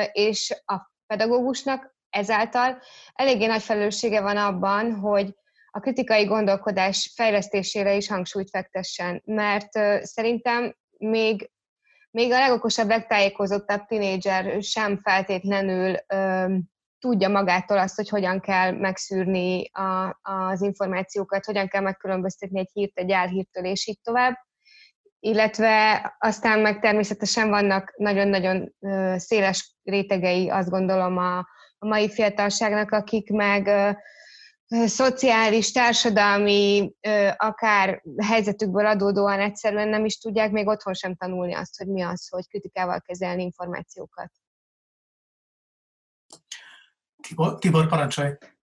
És a pedagógusnak ezáltal eléggé nagy felelőssége van abban, hogy a kritikai gondolkodás fejlesztésére is hangsúlyt fektessen, mert szerintem még, még a legokosabb, legtájékozottabb tinédzser sem feltétlenül ö, tudja magától azt, hogy hogyan kell megszűrni a, az információkat, hogyan kell megkülönböztetni egy hírt egy álhírtől, és így tovább. Illetve aztán meg természetesen vannak nagyon-nagyon széles rétegei, azt gondolom, a, a mai fiatalságnak, akik meg ö, ö, szociális, társadalmi, ö, akár helyzetükből adódóan egyszerűen nem is tudják még otthon sem tanulni azt, hogy mi az, hogy kritikával kezelni információkat. Tibor, Tibor, parancsolj!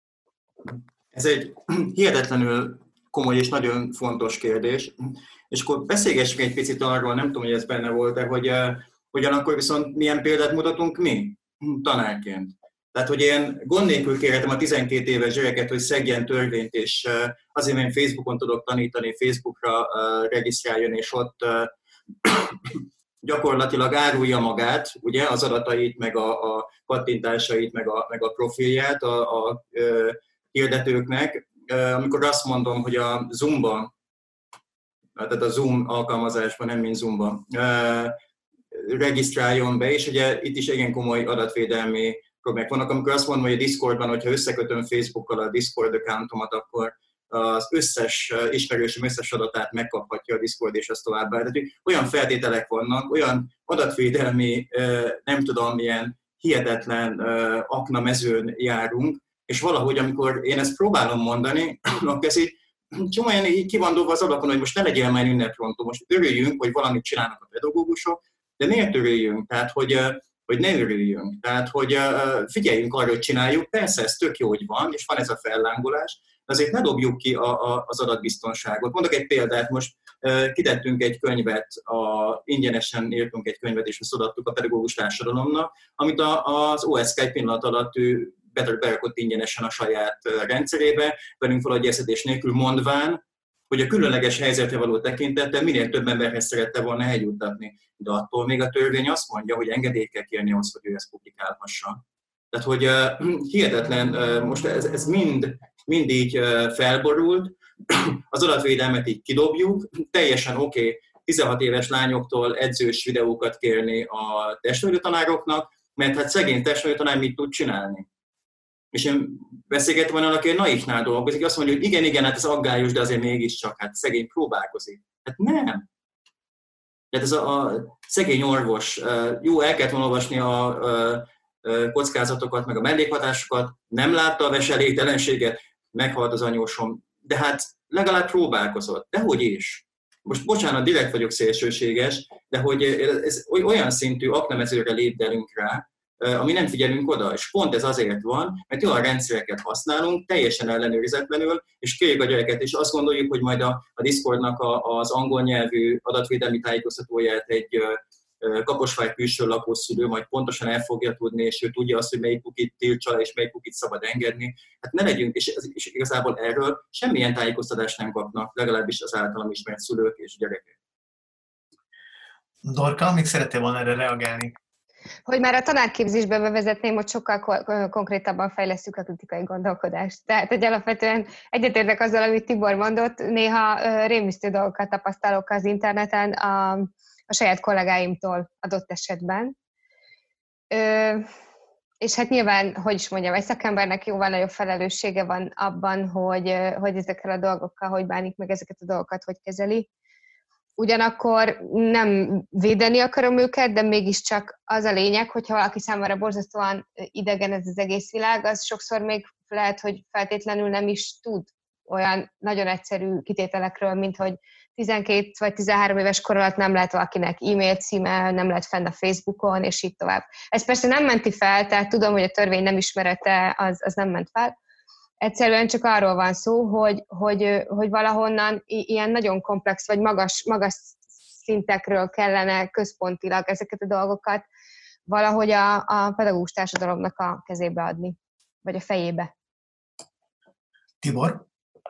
Ez egy hihetetlenül komoly és nagyon fontos kérdés. És akkor beszélgessünk egy picit arról, nem tudom, hogy ez benne volt, de hogy uh, ugyanakkor viszont milyen példát mutatunk mi tanárként. Tehát, hogy én gond nélkül kérhetem a tizenkét éves gyereket, hogy szegjen törvényt, és uh, azért, mert én Facebookon tudok tanítani, Facebookra uh, regisztráljon, és ott uh, gyakorlatilag árulja magát, ugye, az adatait, meg a, a kattintásait, meg a, meg a profilját a, a, a hirdetőknek. Amikor azt mondom, hogy a Zoom-ban, tehát a Zoom alkalmazásban, nem mint Zoom-ban, regisztráljon be, és ugye itt is igen komoly adatvédelmi problémák vannak. Amikor azt mondom, hogy a Discordban, hogyha összekötöm Facebookkal a Discord accountomat, akkor az összes ismerősöm összes adatát megkaphatja a Discord, és azt továbbá. Tehát olyan feltételek vannak, olyan adatvédelmi, nem tudom, milyen hihetetlen aknamezőn járunk, és valahogy, amikor én ezt próbálom mondani, akkor ez így csomóan így ki van dobva az alapon, hogy most ne legyél már ünneprontó, most örüljünk, hogy valamit csinálnak a pedagógusok, de miért örüljünk? Tehát, hogy, hogy ne örüljünk. Tehát, hogy figyeljünk arra, hogy csináljuk, persze ez tök jó, hogy van, és van ez a fellángolás, de azért ne dobjuk ki a, a, az adatbiztonságot. Mondok egy példát, most kitettünk egy könyvet, a, ingyenesen írtunk egy könyvet, és ezt odaadtuk a pedagógus társadalomnak, amit a, az o es ká egy pillanat alatt ő berakott ingyenesen a saját rendszerébe, velünk valahogy egyeztetés nélkül, mondván, hogy a különleges helyzetre való tekintettel minél több emberhez szerette volna eljuttatni. De attól még a törvény azt mondja, hogy engedélyt kell kérni ahhoz, hogy ő ezt publikálhassa. Tehát, hogy uh, hihetetlen, uh, most ez, ez mind, mind így uh, felborult, az adatvédelmet így kidobjuk, teljesen oké, okay, tizenhat éves lányoktól edzős videókat kérni a testnevelő tanároknak, mert hát szegény testnevelő tanár mit tud csinálni. És én beszélgettem olyan, aki egy naívnál dolgozik, azt mondja, hogy igen, igen, hát ez aggályos, de azért mégiscsak, hát szegény próbálkozik. Hát nem. Tehát ez a, a szegény orvos, jó, el kellett volna olvasni a, a, a kockázatokat, meg a mellékhatásokat, nem látta a veseléktelenséget, meghalt az anyósom, de hát legalább próbálkozott. Dehogy is. Most bocsánat, direkt vagyok szélsőséges, de hogy ez olyan szintű aknamezőre lépdelünk rá, ami nem figyelünk oda, és pont ez azért van, mert olyan rendszereket használunk, teljesen ellenőrizetlenül, és kérjük a gyereket, és azt gondoljuk, hogy majd a, a Discordnak a, az angol nyelvű adatvédelmi tájékoztatóját egy kaposvágy külső lakószülő majd pontosan el fogja tudni, és ő tudja azt, hogy melyik kukit tiltsa, és melyik kukit szabad engedni. Hát ne legyünk, és, és igazából erről semmilyen tájékoztatást nem kapnak, legalábbis az általam ismert szülők és gyerekek. Dorka, még szerettél volna erre reagálni? Hogy már a tanárképzésbe bevezetném, hogy sokkal konkrétabban fejlesztjük a kritikai gondolkodást. Tehát, hogy alapvetően egyetértek azzal, amit Tibor mondott, néha rémisztő dolgokat tapasztalok az interneten a, a saját kollégáimtól adott esetben. Ö, és hát nyilván, hogy is mondjam, egy szakembernek jóval nagyobb felelőssége van abban, hogy, hogy ezekkel a dolgokkal, hogy bánik meg ezeket a dolgokat, hogy kezeli. Ugyanakkor nem védeni akarom őket, de mégiscsak az a lényeg, hogyha valaki számára borzasztóan idegen ez az egész világ, az sokszor még lehet, hogy feltétlenül nem is tud olyan nagyon egyszerű kitételekről, mint hogy tizenkét vagy tizenhárom éves kor alatt nem lehet valakinek e-mail címe, nem lehet fenn a Facebookon, és így tovább. Ez persze nem menti fel, tehát tudom, hogy a törvény nem ismerete, az, az nem ment fel. Egyszerűen csak arról van szó, hogy, hogy, hogy valahonnan ilyen nagyon komplex vagy magas, magas szintekről kellene központilag ezeket a dolgokat valahogy a, a pedagógus társadalomnak a kezébe adni, vagy a fejébe. Tibor?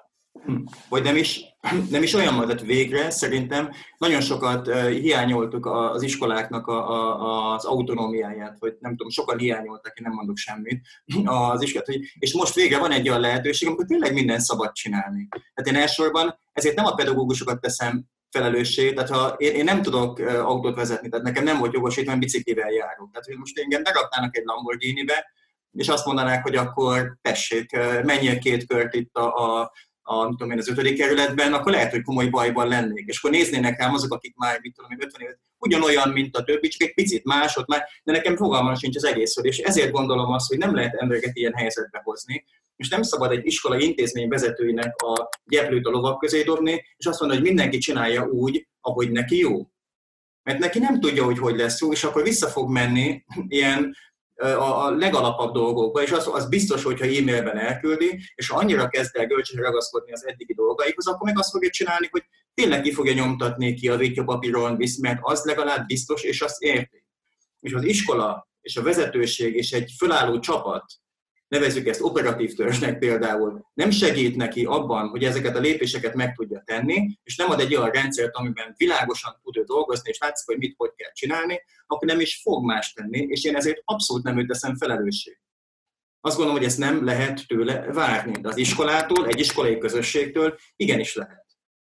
vagy nem is, nem is olyan majd végre, szerintem nagyon sokat hiányoltuk az iskoláknak a, a, az autonómiáját, vagy nem tudom, sokan hiányoltak, én nem mondok semmit az iskolát, hogy, és most végre van egy olyan lehetőség, amikor tényleg minden szabad csinálni. Tehát én elsősorban ezért nem a pedagógusokat teszem felelőssé, tehát ha én, én nem tudok autót vezetni, tehát nekem nem volt jogosítvány, biciklivel járok. Tehát hogy most engem beraknának egy Lamborghinibe, és azt mondanák, hogy akkor tessék, menjél két kört itt a, a, a tudom én, az ötödik kerületben, akkor lehet, hogy komoly bajban lennék. És akkor néznének rám azok, akik már, mit tudom én, ötven évet, ugyanolyan, mint a többi, csak egy picit másod már, de nekem fogalmam sincs az egészről, és ezért gondolom azt, hogy nem lehet embereket ilyen helyzetbe hozni, és nem szabad egy iskola intézmény vezetőinek a gyeplőt a lovak közé dobni, és azt mondani, hogy mindenki csinálja úgy, ahogy neki jó. Mert neki nem tudja, hogy hogy lesz jó, és akkor vissza fog menni ilyen a legalapabb dolgokba, és az, az biztos, hogyha e-mailben elküldi, és ha annyira kezd el gölcsön ragaszkodni az eddigi dolgaikhoz, akkor meg azt fogja csinálni, hogy tényleg ki fogja nyomtatni, kiavítja papíron, mert az legalább biztos, és azt érti. És az iskola, és a vezetőség, és egy fölálló csapat, nevezzük ezt operatív törzsnek például, nem segít neki abban, hogy ezeket a lépéseket meg tudja tenni, és nem ad egy olyan rendszert, amiben világosan tud ő dolgozni, és látszik, hogy mit, hogy kell csinálni, akkor nem is fog más tenni, és én ezért abszolút nem őt teszem felelősség. Azt gondolom, hogy ezt nem lehet tőle várni, de az iskolától, egy iskolai közösségtől igenis lehet.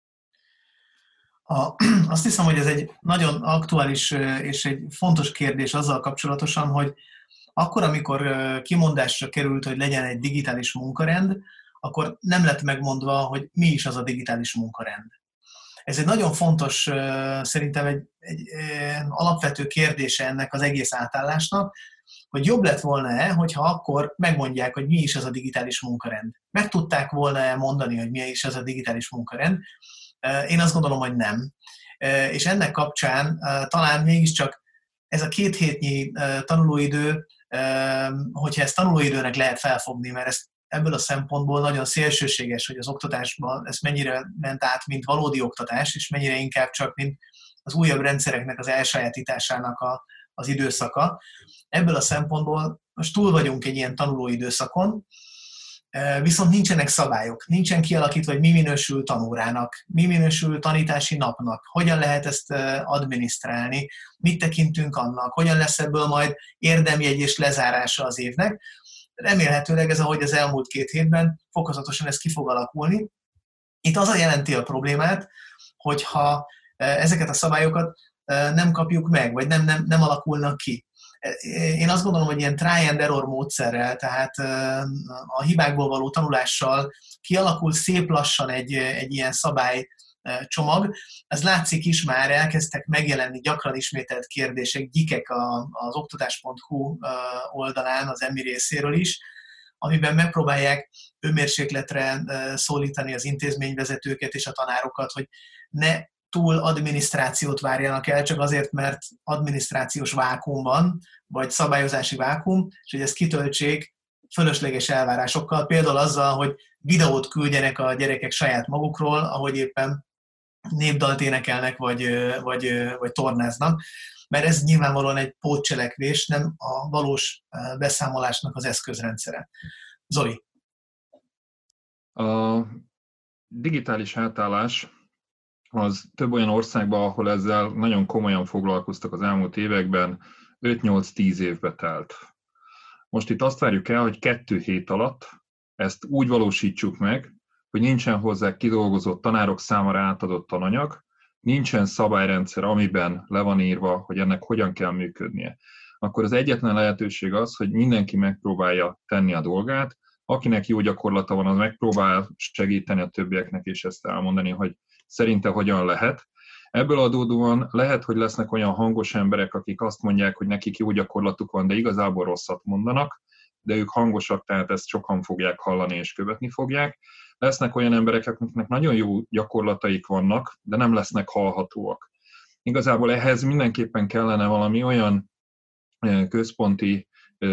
A, azt hiszem, hogy ez egy nagyon aktuális és egy fontos kérdés azzal kapcsolatosan, hogy akkor, amikor kimondásra került, hogy legyen egy digitális munkarend, akkor nem lett megmondva, hogy mi is az a digitális munkarend. Ez egy nagyon fontos, szerintem egy, egy alapvető kérdése ennek az egész átállásnak, hogy jobb lett volna-e, hogyha akkor megmondják, hogy mi is az a digitális munkarend. Meg tudták volna-e mondani, hogy mi is az a digitális munkarend? Én azt gondolom, hogy nem. És ennek kapcsán talán mégiscsak ez a két hétnyi tanulóidő, hogyha ezt tanulóidőnek lehet felfogni, mert ez ebből a szempontból nagyon szélsőséges, hogy az oktatásban ez mennyire ment át, mint valódi oktatás, és mennyire inkább csak, mint az újabb rendszereknek az elsajátításának a, az időszaka. Ebből a szempontból most túl vagyunk egy ilyen tanulóidőszakon, viszont nincsenek szabályok, nincsen kialakítva, hogy mi minősül tanórának, mi minősül tanítási napnak, hogyan lehet ezt adminisztrálni, mit tekintünk annak, hogyan lesz ebből majd érdemjegy és lezárása az évnek. Remélhetőleg ez, ahogy az elmúlt két hétben, fokozatosan ez ki fog alakulni. Itt az a jelenti a problémát, hogyha ezeket a szabályokat nem kapjuk meg, vagy nem, nem, nem alakulnak ki. Én azt gondolom, hogy ilyen try and error módszerrel, tehát a hibákból való tanulással kialakul szép lassan egy, egy ilyen szabálycsomag. Ez látszik is már, elkezdtek megjelenni gyakran ismételt kérdések, gyikek az oktatás pont hu oldalán, az EMI részéről is, amiben megpróbálják önmérsékletre szólítani az intézményvezetőket és a tanárokat, hogy ne túl adminisztrációt várjanak el, csak azért, mert adminisztrációs vákuum van, vagy szabályozási vákuum, és hogy ezt kitöltsék fölösleges elvárásokkal, például azzal, hogy videót küldjenek a gyerekek saját magukról, ahogy éppen népdalt énekelnek, vagy, vagy, vagy tornáznak, mert ez nyilvánvalóan egy pótcselekvés, nem a valós beszámolásnak az eszközrendszere. Zoli. A digitális átállás az több olyan országban, ahol ezzel nagyon komolyan foglalkoztak az elmúlt években, öt-nyolc-tíz évbe telt. Most itt azt várjuk el, hogy kettő hét alatt ezt úgy valósítsuk meg, hogy nincsen hozzá kidolgozott tanárok számára átadott tananyag, nincsen szabályrendszer, amiben le van írva, hogy ennek hogyan kell működnie. Akkor az egyetlen lehetőség az, hogy mindenki megpróbálja tenni a dolgát, akinek jó gyakorlata van, az megpróbál segíteni a többieknek, és ezt elmondani, hogy szerinte hogyan lehet. Ebből adódóan lehet, hogy lesznek olyan hangos emberek, akik azt mondják, hogy nekik jó gyakorlatuk van, de igazából rosszat mondanak, de ők hangosak, tehát ezt sokan fogják hallani és követni fogják. Lesznek olyan emberek, akiknek nagyon jó gyakorlataik vannak, de nem lesznek hallhatóak. Igazából ehhez mindenképpen kellene valami olyan központi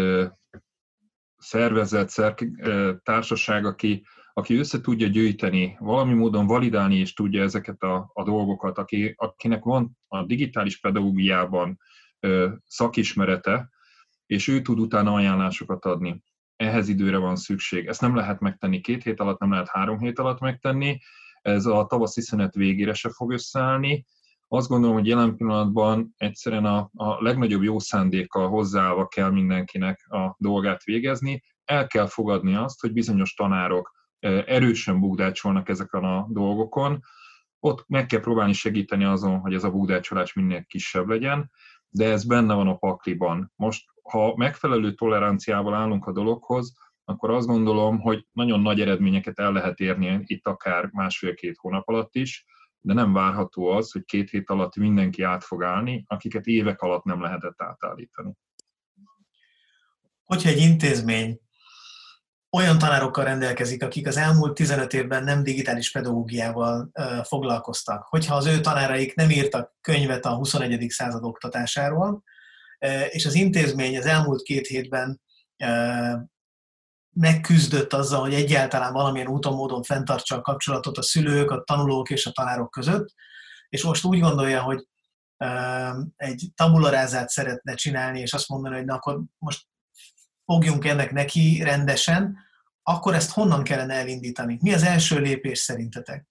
szervezet, társaság, aki aki össze tudja gyűjteni, valami módon validálni is tudja ezeket a, a dolgokat, aki, akinek van a digitális pedagógiában ö, szakismerete, és ő tud utána ajánlásokat adni. ehhez időre van szükség. Ezt nem lehet megtenni két hét alatt, nem lehet három hét alatt megtenni, ez a tavaszi szünet végére se fog összeállni. Azt gondolom, hogy jelen pillanatban egyszerűen a, a legnagyobb jó szándékkal hozzáállva kell mindenkinek a dolgát végezni. El kell fogadni azt, hogy bizonyos tanárok erősen bukdácsolnak ezeken a dolgokon. Ott meg kell próbálni segíteni azon, hogy ez a bukdácsolás minél kisebb legyen, de ez benne van a pakliban. Most, ha megfelelő toleranciával állunk a dologhoz, akkor azt gondolom, hogy nagyon nagy eredményeket el lehet érni itt akár másfél-két hónap alatt is, de nem várható az, hogy két hét alatt mindenki át fog állni, akiket évek alatt nem lehetett átállítani. Hogyha egy intézmény olyan tanárokkal rendelkezik, akik az elmúlt tizenöt évben nem digitális pedagógiával uh, foglalkoztak, hogyha az ő tanáraik nem írtak könyvet a huszonegyedik század oktatásáról, uh, és az intézmény az elmúlt két hétben uh, megküzdött azzal, hogy egyáltalán valamilyen úton, módon fenntartsa a kapcsolatot a szülők, a tanulók és a tanárok között, és most úgy gondolja, hogy uh, egy tabularázát szeretne csinálni, és azt mondani, hogy na akkor most fogjunk ennek neki rendesen, akkor ezt honnan kellene elindítani? Mi az első lépés szerintetek?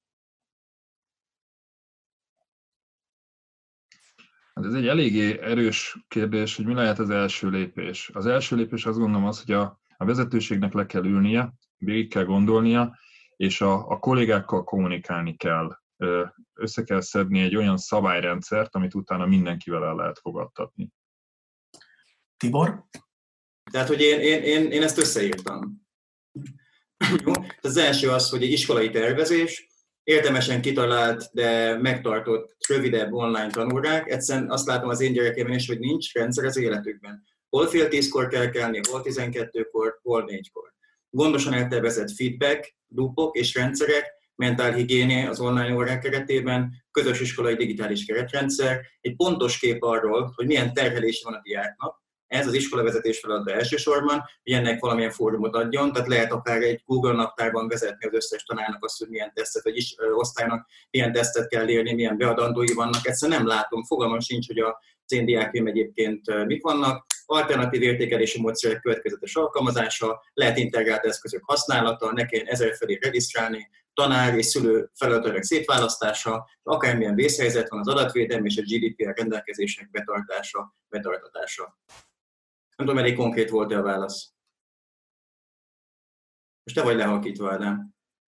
Hát ez egy eléggé erős kérdés, hogy mi lehet az első lépés. Az első lépés azt gondolom az, hogy a, a vezetőségnek le kell ülnie, végig kell gondolnia, és a, a kollégákkal kommunikálni kell. Össze kell szedni egy olyan szabályrendszert, amit utána mindenkivel el lehet fogadtatni. Tibor? Tehát, hogy én, én, én, én ezt összeírtam. Jó? Az első az, hogy egy iskolai tervezés, értelmesen kitalált, de megtartott, rövidebb online tanórák. Egyszerűen azt látom az én gyerekemen is, hogy nincs rendszer az életükben. Hol fél tízkor kell kelni, hol tizenkettőkor, hol négykor. Gondosan eltervezett feedback, lupok és rendszerek, mentálhigiénia az online órák keretében, közös iskolai digitális keretrendszer, egy pontos kép arról, hogy milyen terhelése van a diáknak. Ez az iskolavezetés feladata elsősorban, hogy ennek valamilyen fórumot adjon, tehát lehet akár egy Google naptárban vezetni az összes tanárnak azt, hogy milyen tesztet, vagy is, ö, osztálynak milyen tesztet kell írni, milyen beadandói vannak. Egyszerűen nem látom, fogalmam sincs, hogy a én diákjaim egyébként mik vannak. Alternatív értékelési módszerek következetes alkalmazása, lehet integrált eszközök használata, ne kelljen ezer felé regisztrálni, tanár és szülő feladatok szétválasztása, akármilyen vészhelyzet van, az adatvédelem és a gé dé pé er rendelkezések betartása, betartatása. Nem tudom, elég konkrét volt-e a válasz. Most te vagy lehalkítva, Ádám.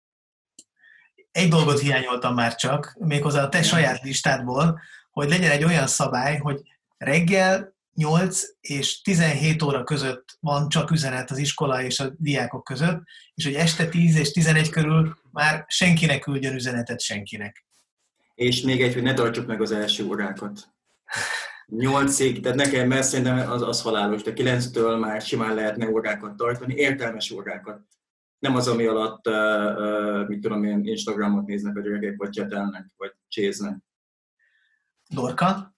Egy dolgot hiányoltam már csak, méghozzá a te saját listádból, hogy legyen egy olyan szabály, hogy reggel nyolc és tizenhét óra között van csak üzenet az iskola és a diákok között, és hogy este tíz és tizenegy körül már senkinek küldjön üzenetet senkinek. És még egy, hogy ne tartsuk meg az első órákat. nyolcig, tehát nekem, mert szerintem az, az halálos, de kilenctől már simán lehetne órákat tartani, értelmes órákat. Nem az, ami alatt, uh, uh, mit tudom én, Instagramot néznek a gyerekek, vagy csetelnek, vagy cséznek. Dorka?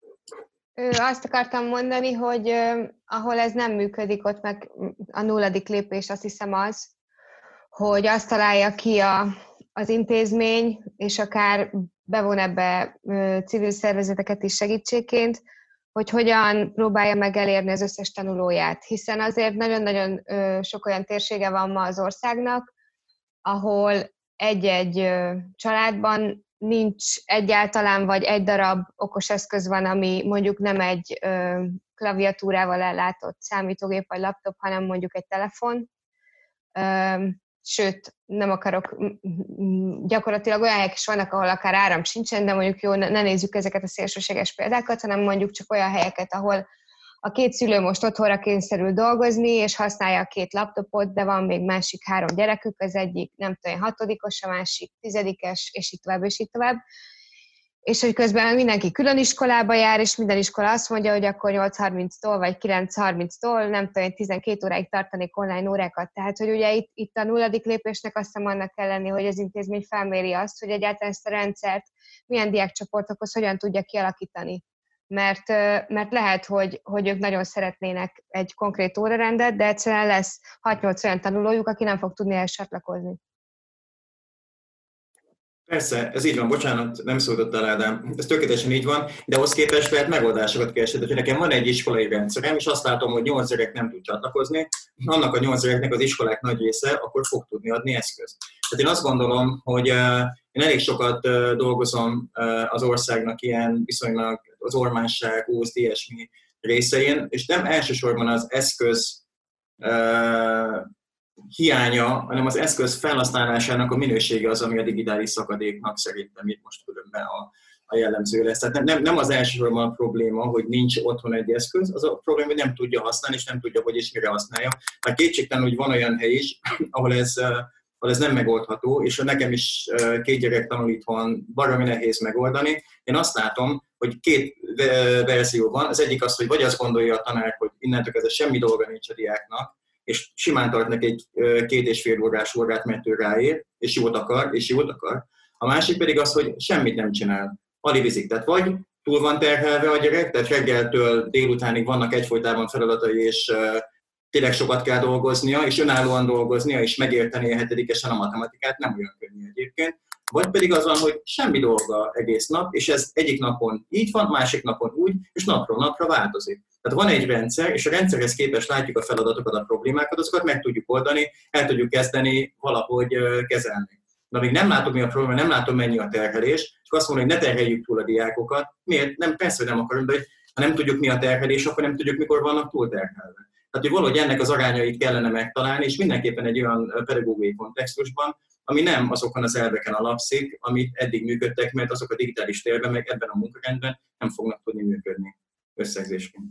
Azt akartam mondani, hogy uh, ahol ez nem működik, ott meg a nulladik lépés azt hiszem az, hogy azt találja ki a, az intézmény, és akár bevon ebbe uh, civil szervezeteket is segítségként, hogy hogyan próbálja meg elérni az összes tanulóját. Hiszen azért nagyon-nagyon uh, sok olyan térsége van ma az országnak, ahol egy-egy uh, családban nincs egyáltalán, vagy egy darab okos eszköz van, ami mondjuk nem egy ö, klaviatúrával ellátott számítógép vagy laptop, hanem mondjuk egy telefon. Ö, sőt, nem akarok, gyakorlatilag olyan helyek is vannak, ahol akár áram sincsen, de mondjuk jó, ne nézzük ezeket a szélsőséges példákat, hanem mondjuk csak olyan helyeket, ahol a két szülő most otthonra kényszerül dolgozni, és használja a két laptopot, de van még másik három gyerekük, az egyik nem tudom, hatodikos, a másik tizedikes, és így tovább, és így tovább. És hogy közben mindenki külön iskolába jár, és minden iskola azt mondja, hogy akkor nyolc harminctól, vagy kilenc harminctól, nem tudom, tizenkét óráig tartanék online órákat. Tehát, hogy ugye itt, itt a nulladik lépésnek azt hiszem annak kell lenni, hogy az intézmény felméri azt, hogy egyáltalán ezt a rendszert milyen diákcsoportokhoz hogyan tudja kialakítani. Mert, mert lehet, hogy, hogy ők nagyon szeretnének egy konkrét órarendet, de egyszerűen lesz hat-nyolc olyan tanulójuk, aki nem fog tudni ehhez csatlakozni. Persze, ez így van, bocsánat, nem szóltottál, Ádám, ez tökéletesen így van, de ahhoz képest lehet megoldásokat keresni. Nekem van egy iskolai rendszerem, és azt látom, hogy nyolc gyerek nem tud csatlakozni, annak a nyolc gyereknek az iskolák nagy része akkor fog tudni adni eszközt. Tehát én azt gondolom, hogy én elég sokat dolgozom az országnak ilyen viszonylag az ormánság, ószt, ilyesmi részein, és nem elsősorban az eszköz hiánya, hanem az eszköz felhasználásának a minősége az, ami a digitális szakadéknak szerintem itt most különben a, a jellemző lesz. Tehát nem, nem az elsősorban a probléma, hogy nincs otthon egy eszköz, az a probléma, hogy nem tudja használni, és nem tudja, hogy és mire használja. Tehát kétségtelen, hogy van olyan hely is, ahol ez, ahol ez nem megoldható, és nekem is két gyerek tanul itthon, baromi nehéz megoldani. Én azt látom, hogy két verzió van. Az egyik az, hogy vagy azt gondolja a tanár, hogy innentől kezdve semmi dolga nincs a diáknak, és simán tart neki egy két és fél órás órát, mert ő ráér, és jót akar, és jót akar. A másik pedig az, hogy semmit nem csinál. Alibizik. Tehát vagy túl van terhelve a gyerek, tehát reggeltől délutánig vannak egyfolytában feladatai, és uh, tényleg sokat kell dolgoznia, és önállóan dolgoznia, és megérteni a hetedikesen a matematikát, nem olyan könnyű egyébként. Vagy pedig az van, hogy semmi dolga egész nap, és ez egyik napon így van, másik napon úgy, és napról napra változik. Tehát van egy rendszer, és a rendszerhez képest látjuk a feladatokat, a problémákat, azokat meg tudjuk oldani, el tudjuk kezdeni valahogy kezelni. De amíg nem látom, mi a probléma, nem látom, mennyi a terhelés, és azt mondom, hogy ne terheljük túl a diákokat. Miért? Nem, persze, hogy nem akarunk, de ha nem tudjuk, mi a terhelés, akkor nem tudjuk, mikor vannak túl terhelve. Tehát, hogy valahogy ennek az arányait kellene megtalálni, és mindenképpen egy olyan pedagógiai kontextusban, ami nem azokon az elveken alapszik, amit eddig működtek, mert azok a digitális térben, meg ebben a munkarendben nem fognak tudni működni összegzésként.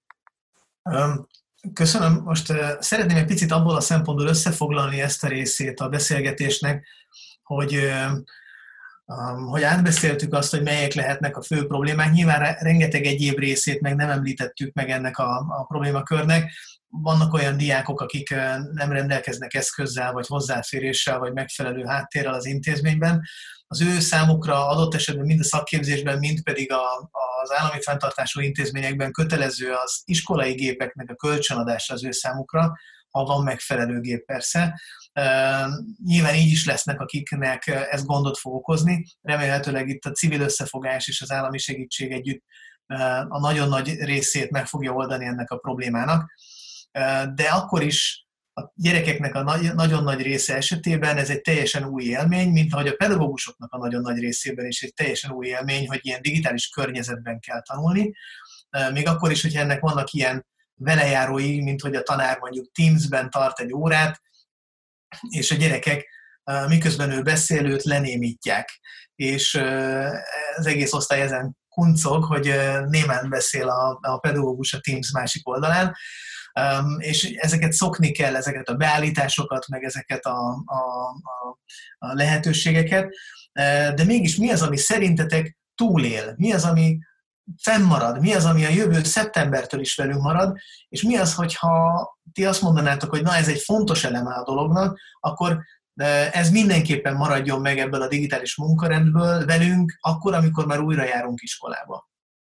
Köszönöm. Most szeretném egy picit abból a szempontból összefoglalni ezt a részét a beszélgetésnek, hogy, hogy átbeszéltük azt, hogy melyek lehetnek a fő problémák. Nyilván rengeteg egyéb részét meg nem említettük meg ennek a, a problémakörnek. Vannak olyan diákok, akik nem rendelkeznek eszközzel, vagy hozzáféréssel, vagy megfelelő háttérrel az intézményben. Az ő számukra adott esetben mind a szakképzésben, mind pedig a, az állami fenntartású intézményekben kötelező az iskolai gépeknek a kölcsönadása az ő számukra, ha van megfelelő gép persze. Nyilván így is lesznek, akiknek ez gondot fog okozni. Remélhetőleg itt a civil összefogás és az állami segítség együtt a nagyon nagy részét meg fogja oldani ennek a problémának. De akkor is a gyerekeknek a nagy, nagyon nagy része esetében ez egy teljesen új élmény, mint ahogy a pedagógusoknak a nagyon nagy részében is egy teljesen új élmény, hogy ilyen digitális környezetben kell tanulni. Még akkor is, hogyha ennek vannak ilyen velejárói, mint hogy a tanár mondjuk Teams-ben tart egy órát, és a gyerekek miközben ő beszél, őt lenémítják. És az egész osztály ezen kuncog, hogy némán beszél a, a pedagógus a Teams másik oldalán. Um, és ezeket szokni kell, ezeket a beállításokat, meg ezeket a, a, a, a lehetőségeket, de mégis mi az, ami szerintetek túlél? Mi az, ami fennmarad? Mi az, ami a jövő szeptembertől is velünk marad? És mi az, hogyha ti azt mondanátok, hogy na ez egy fontos eleme a dolognak, akkor ez mindenképpen maradjon meg ebből a digitális munkarendből velünk, akkor, amikor már újra járunk iskolába.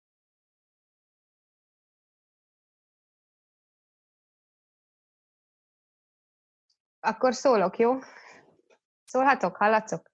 Akkor szólok, jó? Szólhatok? Hallatszok?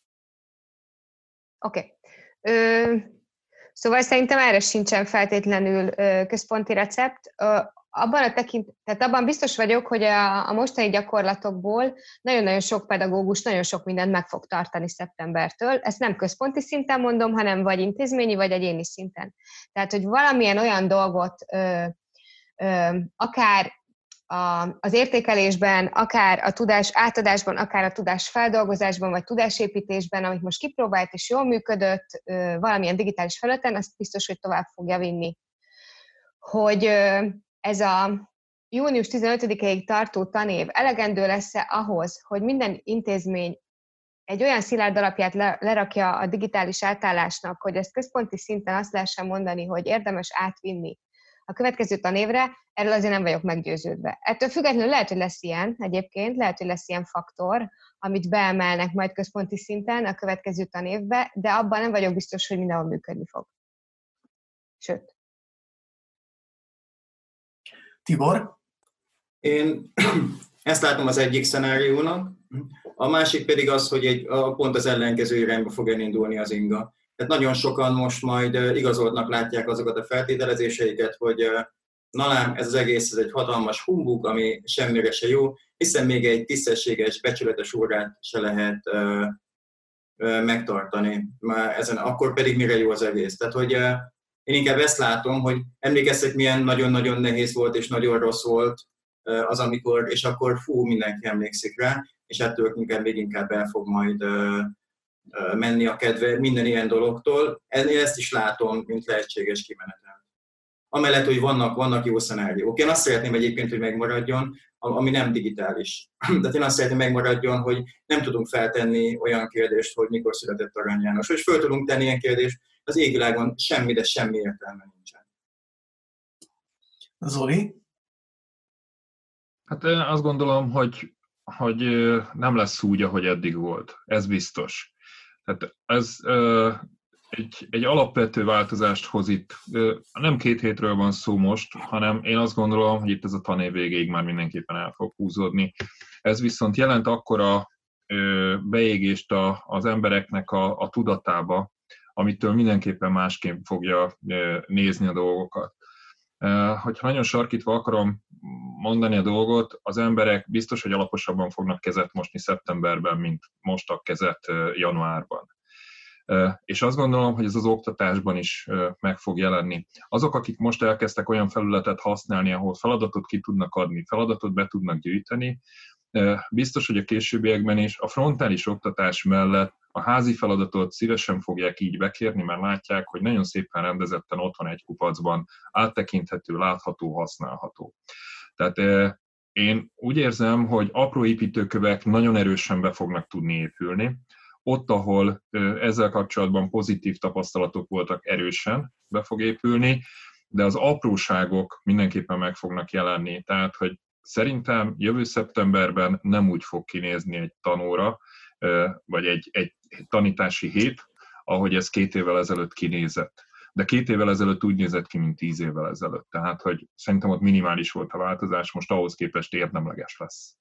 Oké. Okay. Szóval szerintem erre sincsen feltétlenül ö, központi recept. Ö, abban a tekint, tehát abban biztos vagyok, hogy a, a mostani gyakorlatokból nagyon-nagyon sok pedagógus nagyon sok mindent meg fog tartani szeptembertől. Ezt nem központi szinten mondom, hanem vagy intézményi, vagy egyéni szinten. Tehát, hogy valamilyen olyan dolgot ö, ö, akár az értékelésben, akár a tudás átadásban, akár a tudás feldolgozásban, vagy tudásépítésben, amit most kipróbált és jól működött valamilyen digitális felületen, azt biztos, hogy tovább fogja vinni. Hogy ez a június tizenötödikéig tartó tanév elegendő lesz-e ahhoz, hogy minden intézmény egy olyan szilárd alapját lerakja a digitális átállásnak, hogy ezt központi szinten azt lehessen mondani, hogy érdemes átvinni a következő tanévre, erről azért nem vagyok meggyőződve. Ettől függetlenül lehet, hogy lesz ilyen egyébként, lehet, hogy lesz ilyen faktor, amit beemelnek majd központi szinten a következő tanévbe, de abban nem vagyok biztos, hogy mindenhol működni fog. Sőt. Tibor? Én ezt látom az egyik szenáriónak, a másik pedig az, hogy egy, a pont az ellenkező irányba fog elindulni az inga. Tehát nagyon sokan most majd igazoltnak látják azokat a feltételezéseiket, hogy nalám ez az egész ez egy hatalmas humbug, ami semmire se jó, hiszen még egy tisztességes, becsületes órát se lehet ö, ö, megtartani. Már ezen, akkor pedig mire jó az egész. Tehát, hogy ö, én inkább ezt látom, hogy emlékeztek, milyen nagyon-nagyon nehéz volt és nagyon rossz volt ö, az, amikor, és akkor fú, mindenki emlékszik rá, és ettől inkább még inkább el fog majd ö, ö, menni a kedve minden ilyen dologtól. Én ezt is látom, mint lehetséges kimenetet. Amellett, hogy vannak, vannak jó szenáriók. Én azt szeretném egyébként, hogy megmaradjon, ami nem digitális. Tehát én azt szeretném megmaradjon, hogy nem tudunk feltenni olyan kérdést, hogy mikor született Arany János. Hogy föl tudunk tenni ilyen kérdést, az égvilágon semmi, de semmi értelme nincsen. Zoli? Hát én azt gondolom, hogy, hogy nem lesz úgy, ahogy eddig volt. Ez biztos. Tehát ez... Egy, egy alapvető változást hoz itt. Nem két hétről van szó most, hanem én azt gondolom, hogy itt ez a tanév végéig már mindenképpen el fog húzódni. Ez viszont jelent akkora beégést az embereknek a, a tudatába, amitől mindenképpen másképp fogja nézni a dolgokat. Hogyha nagyon sarkítva akarom mondani a dolgot, az emberek biztos, hogy alaposabban fognak kezet mosni szeptemberben, mint mostak kezet januárban. És azt gondolom, hogy ez az oktatásban is meg fog jelenni. Azok, akik most elkezdtek olyan felületet használni, ahol feladatot ki tudnak adni, feladatot be tudnak gyűjteni, biztos, hogy a későbbiekben is a frontális oktatás mellett a házi feladatot szívesen fogják így bekérni, mert látják, hogy nagyon szépen rendezetten ott van egy kupacban, áttekinthető, látható, használható. Tehát én úgy érzem, hogy apró építőkövek nagyon erősen be fognak tudni épülni. Ott, ahol ezzel kapcsolatban pozitív tapasztalatok voltak, erősen be fog épülni, de az apróságok mindenképpen meg fognak jelenni. Tehát, hogy szerintem jövő szeptemberben nem úgy fog kinézni egy tanóra, vagy egy, egy tanítási hét, ahogy ez két évvel ezelőtt kinézett. De két évvel ezelőtt úgy nézett ki, mint tíz évvel ezelőtt. Tehát, hogy szerintem ott minimális volt a változás, most ahhoz képest érdemleges lesz.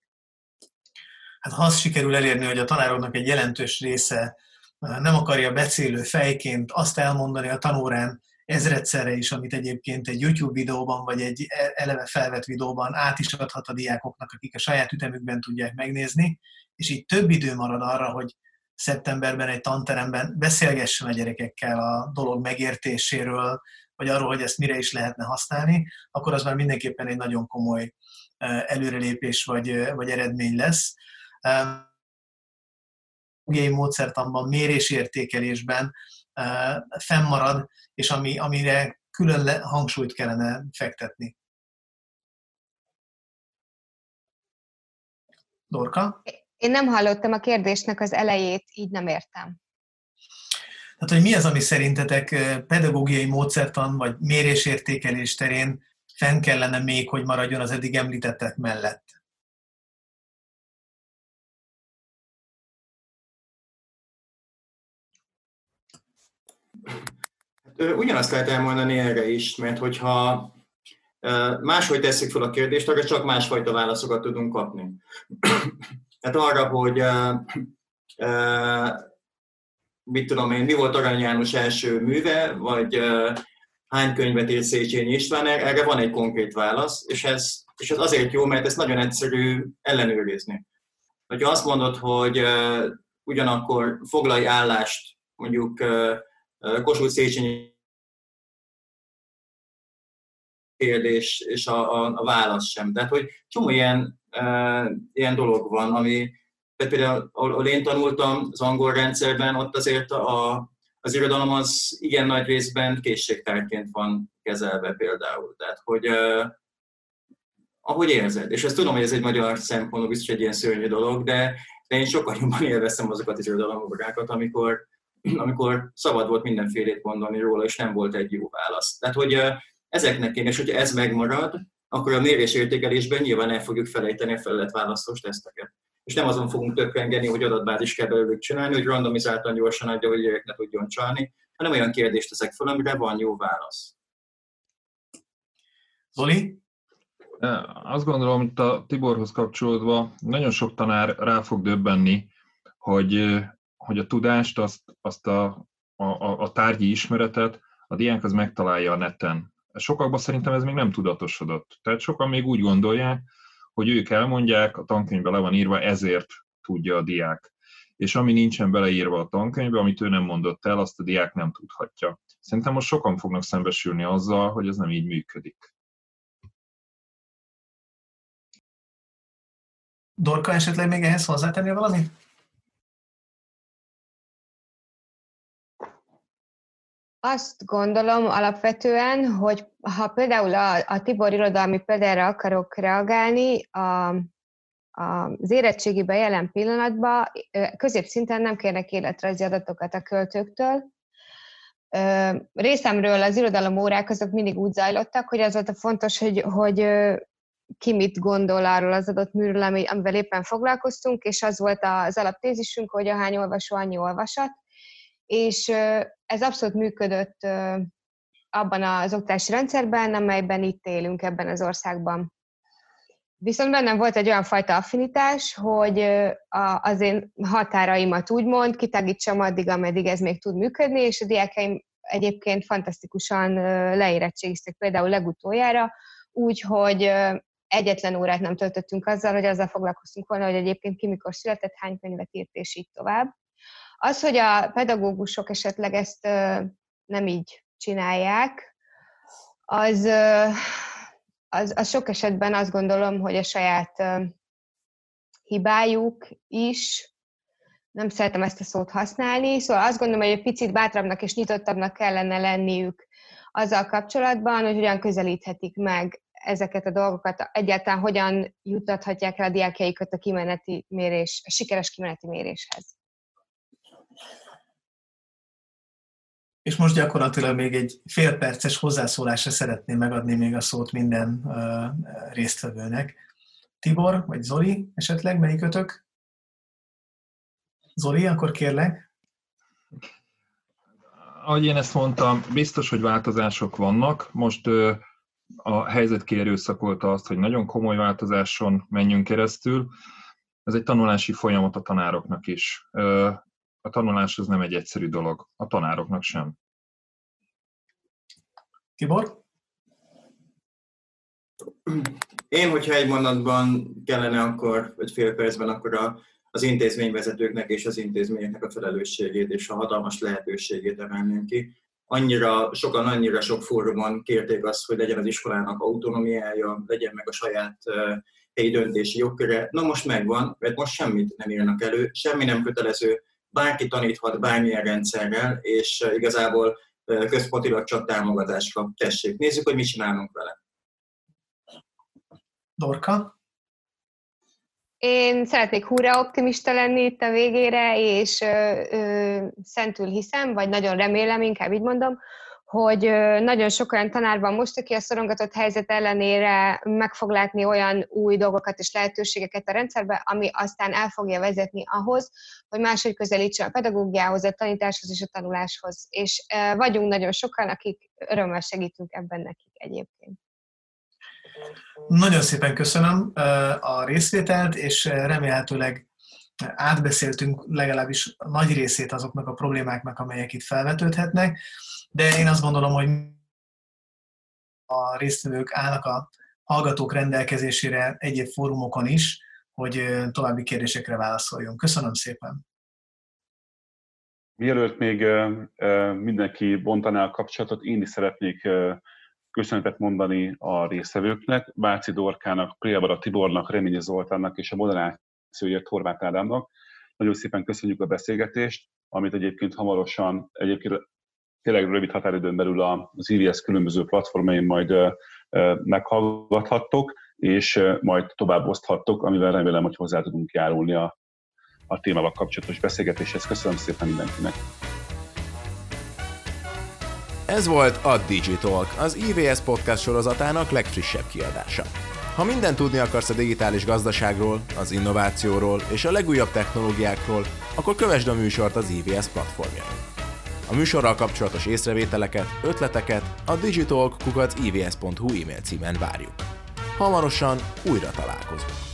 Hát ha azt sikerül elérni, hogy a tanároknak egy jelentős része nem akarja becélő fejként azt elmondani a tanórán ezredszerre is, amit egyébként egy YouTube videóban, vagy egy eleve felvett videóban át is adhat a diákoknak, akik a saját ütemükben tudják megnézni, és így több idő marad arra, hogy szeptemberben egy tanteremben beszélgessen a gyerekekkel a dolog megértéséről, vagy arról, hogy ezt mire is lehetne használni, akkor az már mindenképpen egy nagyon komoly előrelépés vagy, vagy eredmény lesz. Pedagógiai módszertanban, mérésértékelésben fennmarad, és ami, amire külön hangsúlyt kellene fektetni. Dorka? Én nem hallottam a kérdésnek az elejét, így nem értem. Tehát, hogy mi az, ami szerintetek pedagógiai módszertan vagy mérésértékelés terén fenn kellene még, hogy maradjon az eddig említettek mellett? Ugyanazt lehet elmondani erre is, mert hogyha máshogy tesszük fel a kérdést, arra csak másfajta válaszokat tudunk kapni. Tehát arra, hogy mit tudom én, mi volt Arany János első műve, vagy hány könyvet írt Széchenyi István, erre van egy konkrét válasz, és ez, és ez azért jó, mert ez nagyon egyszerű ellenőrizni. Hogyha azt mondod, hogy ugyanakkor foglalj állást, mondjuk Kossuth Széchenyi kérdés, és a, a, a válasz sem. Tehát, hogy csomó ilyen, e, ilyen dolog van, ami például, ahol én tanultam az angol rendszerben, ott azért a, az irodalom az igen nagy részben készségtárként van kezelve például. Tehát, hogy eh, ahogy érzed. És ezt tudom, hogy ez egy magyar szempontból biztos egy ilyen szörnyű dolog, de, de én sokkal jobban élveztem azokat az irodalomórákat, amikor, amikor szabad volt mindenfélét mondani róla, és nem volt egy jó válasz. Tehát, hogy eh, ezeknek kéne, és hogyha ez megmarad, akkor a mérésértékelésben nyilván el fogjuk felejteni a feleletválasztós teszteket. És nem azon fogunk töprengeni, hogy adatbázis kell belőlük csinálni, hogy randomizáltan gyorsan adja, hogy gyerek ne tudjon csalni, hanem olyan kérdést teszek fel, amire van jó válasz. Zoli? Azt gondolom, hogy a Tiborhoz kapcsolódva nagyon sok tanár rá fog döbbenni, hogy, hogy a tudást, azt, azt a, a, a tárgyi ismeretet a diák az megtalálja a neten. Sokakban szerintem ez még nem tudatosodott. Tehát sokan még úgy gondolják, hogy ők elmondják, a tankönyvben le van írva, ezért tudja a diák. És ami nincsen beleírva a tankönyvbe, amit ő nem mondott el, azt a diák nem tudhatja. Szerintem most sokan fognak szembesülni azzal, hogy ez nem így működik. Dorka, esetleg még ehhez hozzátenni valamit? Azt gondolom alapvetően, hogy ha például a, a Tibor irodalmi példára akarok reagálni, a, a, az érettségiben jelen pillanatban középszinten nem kérnek életrajzi adatokat a költőktől. Részemről az irodalomórák azok mindig úgy zajlottak, hogy az volt a fontos, hogy, hogy ki mit gondol arról az adott műről, amivel éppen foglalkoztunk, és az volt az alaptézisünk, hogy ahány olvasó, annyi olvasat. És ez abszolút működött abban az oktatási rendszerben, amelyben itt élünk ebben az országban. Viszont bennem volt egy olyan fajta affinitás, hogy az én határaimat úgymond kitágítsam addig, ameddig ez még tud működni, és a diákeim egyébként fantasztikusan leérettségiztek például legutoljára, úgy, hogy egyetlen órát nem töltöttünk azzal, hogy azzal foglalkoztunk volna, hogy egyébként ki mikor született, hány könyvet írt, és így tovább. Az, hogy a pedagógusok esetleg ezt nem így csinálják, az, az, az sok esetben azt gondolom, hogy a saját hibájuk is, nem szeretem ezt a szót használni, szóval azt gondolom, hogy egy picit bátrabbnak és nyitottabbnak kellene lenniük azzal kapcsolatban, hogy hogyan közelíthetik meg ezeket a dolgokat, egyáltalán hogyan juttathatják el a diákjaikat a kimeneti mérés, a sikeres kimeneti méréshez. És most gyakorlatilag még egy fél perces hozzászólásra szeretném megadni még a szót minden uh, résztvevőnek. Tibor, vagy Zoli esetleg, melyikötök? Zoli, akkor kérlek. Ahogy én ezt mondtam, biztos, hogy változások vannak. Most uh, a helyzet kierőszakolta azt, hogy nagyon komoly változáson menjünk keresztül. Ez egy tanulási folyamat a tanároknak is. Uh, A tanulás az nem egy egyszerű dolog, a tanároknak sem. Tibor? Én, hogyha egy mondatban kellene, akkor, vagy fél percben, akkor a, az intézményvezetőknek és az intézményeknek a felelősségét és a hatalmas lehetőségét emelném ki. Annyira, sokan annyira sok fórumon kérték azt, hogy legyen az iskolának autonómiája, legyen meg a saját uh, helyi döntési jogköre. Na most megvan, mert most semmit nem írnak elő, semmi nem kötelező, bárki taníthat bármilyen rendszerrel, és igazából központilag csak támogatást kap. Tessék, nézzük, hogy mit csinálunk vele. Dorka? Én szeretnék hurra optimista lenni itt a végére, és ö, ö, szentül hiszem, vagy nagyon remélem, inkább így mondom, hogy nagyon sok olyan tanár van most, aki a szorongatott helyzet ellenére meg fog látni olyan új dolgokat és lehetőségeket a rendszerbe, ami aztán el fogja vezetni ahhoz, hogy máshogy közelítsen a pedagógiához, a tanításhoz és a tanuláshoz. És vagyunk nagyon sokan, akik örömmel segítünk ebben nekik egyébként. Nagyon szépen köszönöm a részvételt, és remélhetőleg átbeszéltünk legalábbis a nagy részét azoknak a problémáknak, amelyek itt felvetődhetnek, de én azt gondolom, hogy a résztvevők állnak a hallgatók rendelkezésére egyéb fórumokon is, hogy további kérdésekre válaszoljunk. Köszönöm szépen! Mielőtt még mindenki bontaná a kapcsolatot, én is szeretnék köszönetet mondani a résztvevőknek, Váci Dorkának, Priabara Tibornak, Reményi Zoltánnak és a moderációért Horváth Ádámnak. Nagyon szépen köszönjük a beszélgetést, amit egyébként hamarosan, egyébként tényleg rövid határidőn belül az i vé es különböző platformjain majd meghallgathattok, és majd tovább oszthattok, amivel remélem, hogy hozzá tudunk járulni a, a témával kapcsolatos beszélgetéshez. Köszönöm szépen mindenkinek! Ez volt a Digitalk, az i vé es podcast sorozatának legfrissebb kiadása. Ha mindent tudni akarsz a digitális gazdaságról, az innovációról és a legújabb technológiákról, akkor kövesd a műsort az i vé es platformjain. A műsorral kapcsolatos észrevételeket, ötleteket a digitalk kukac i vé es pont hu e-mail címen várjuk. Hamarosan újra találkozunk.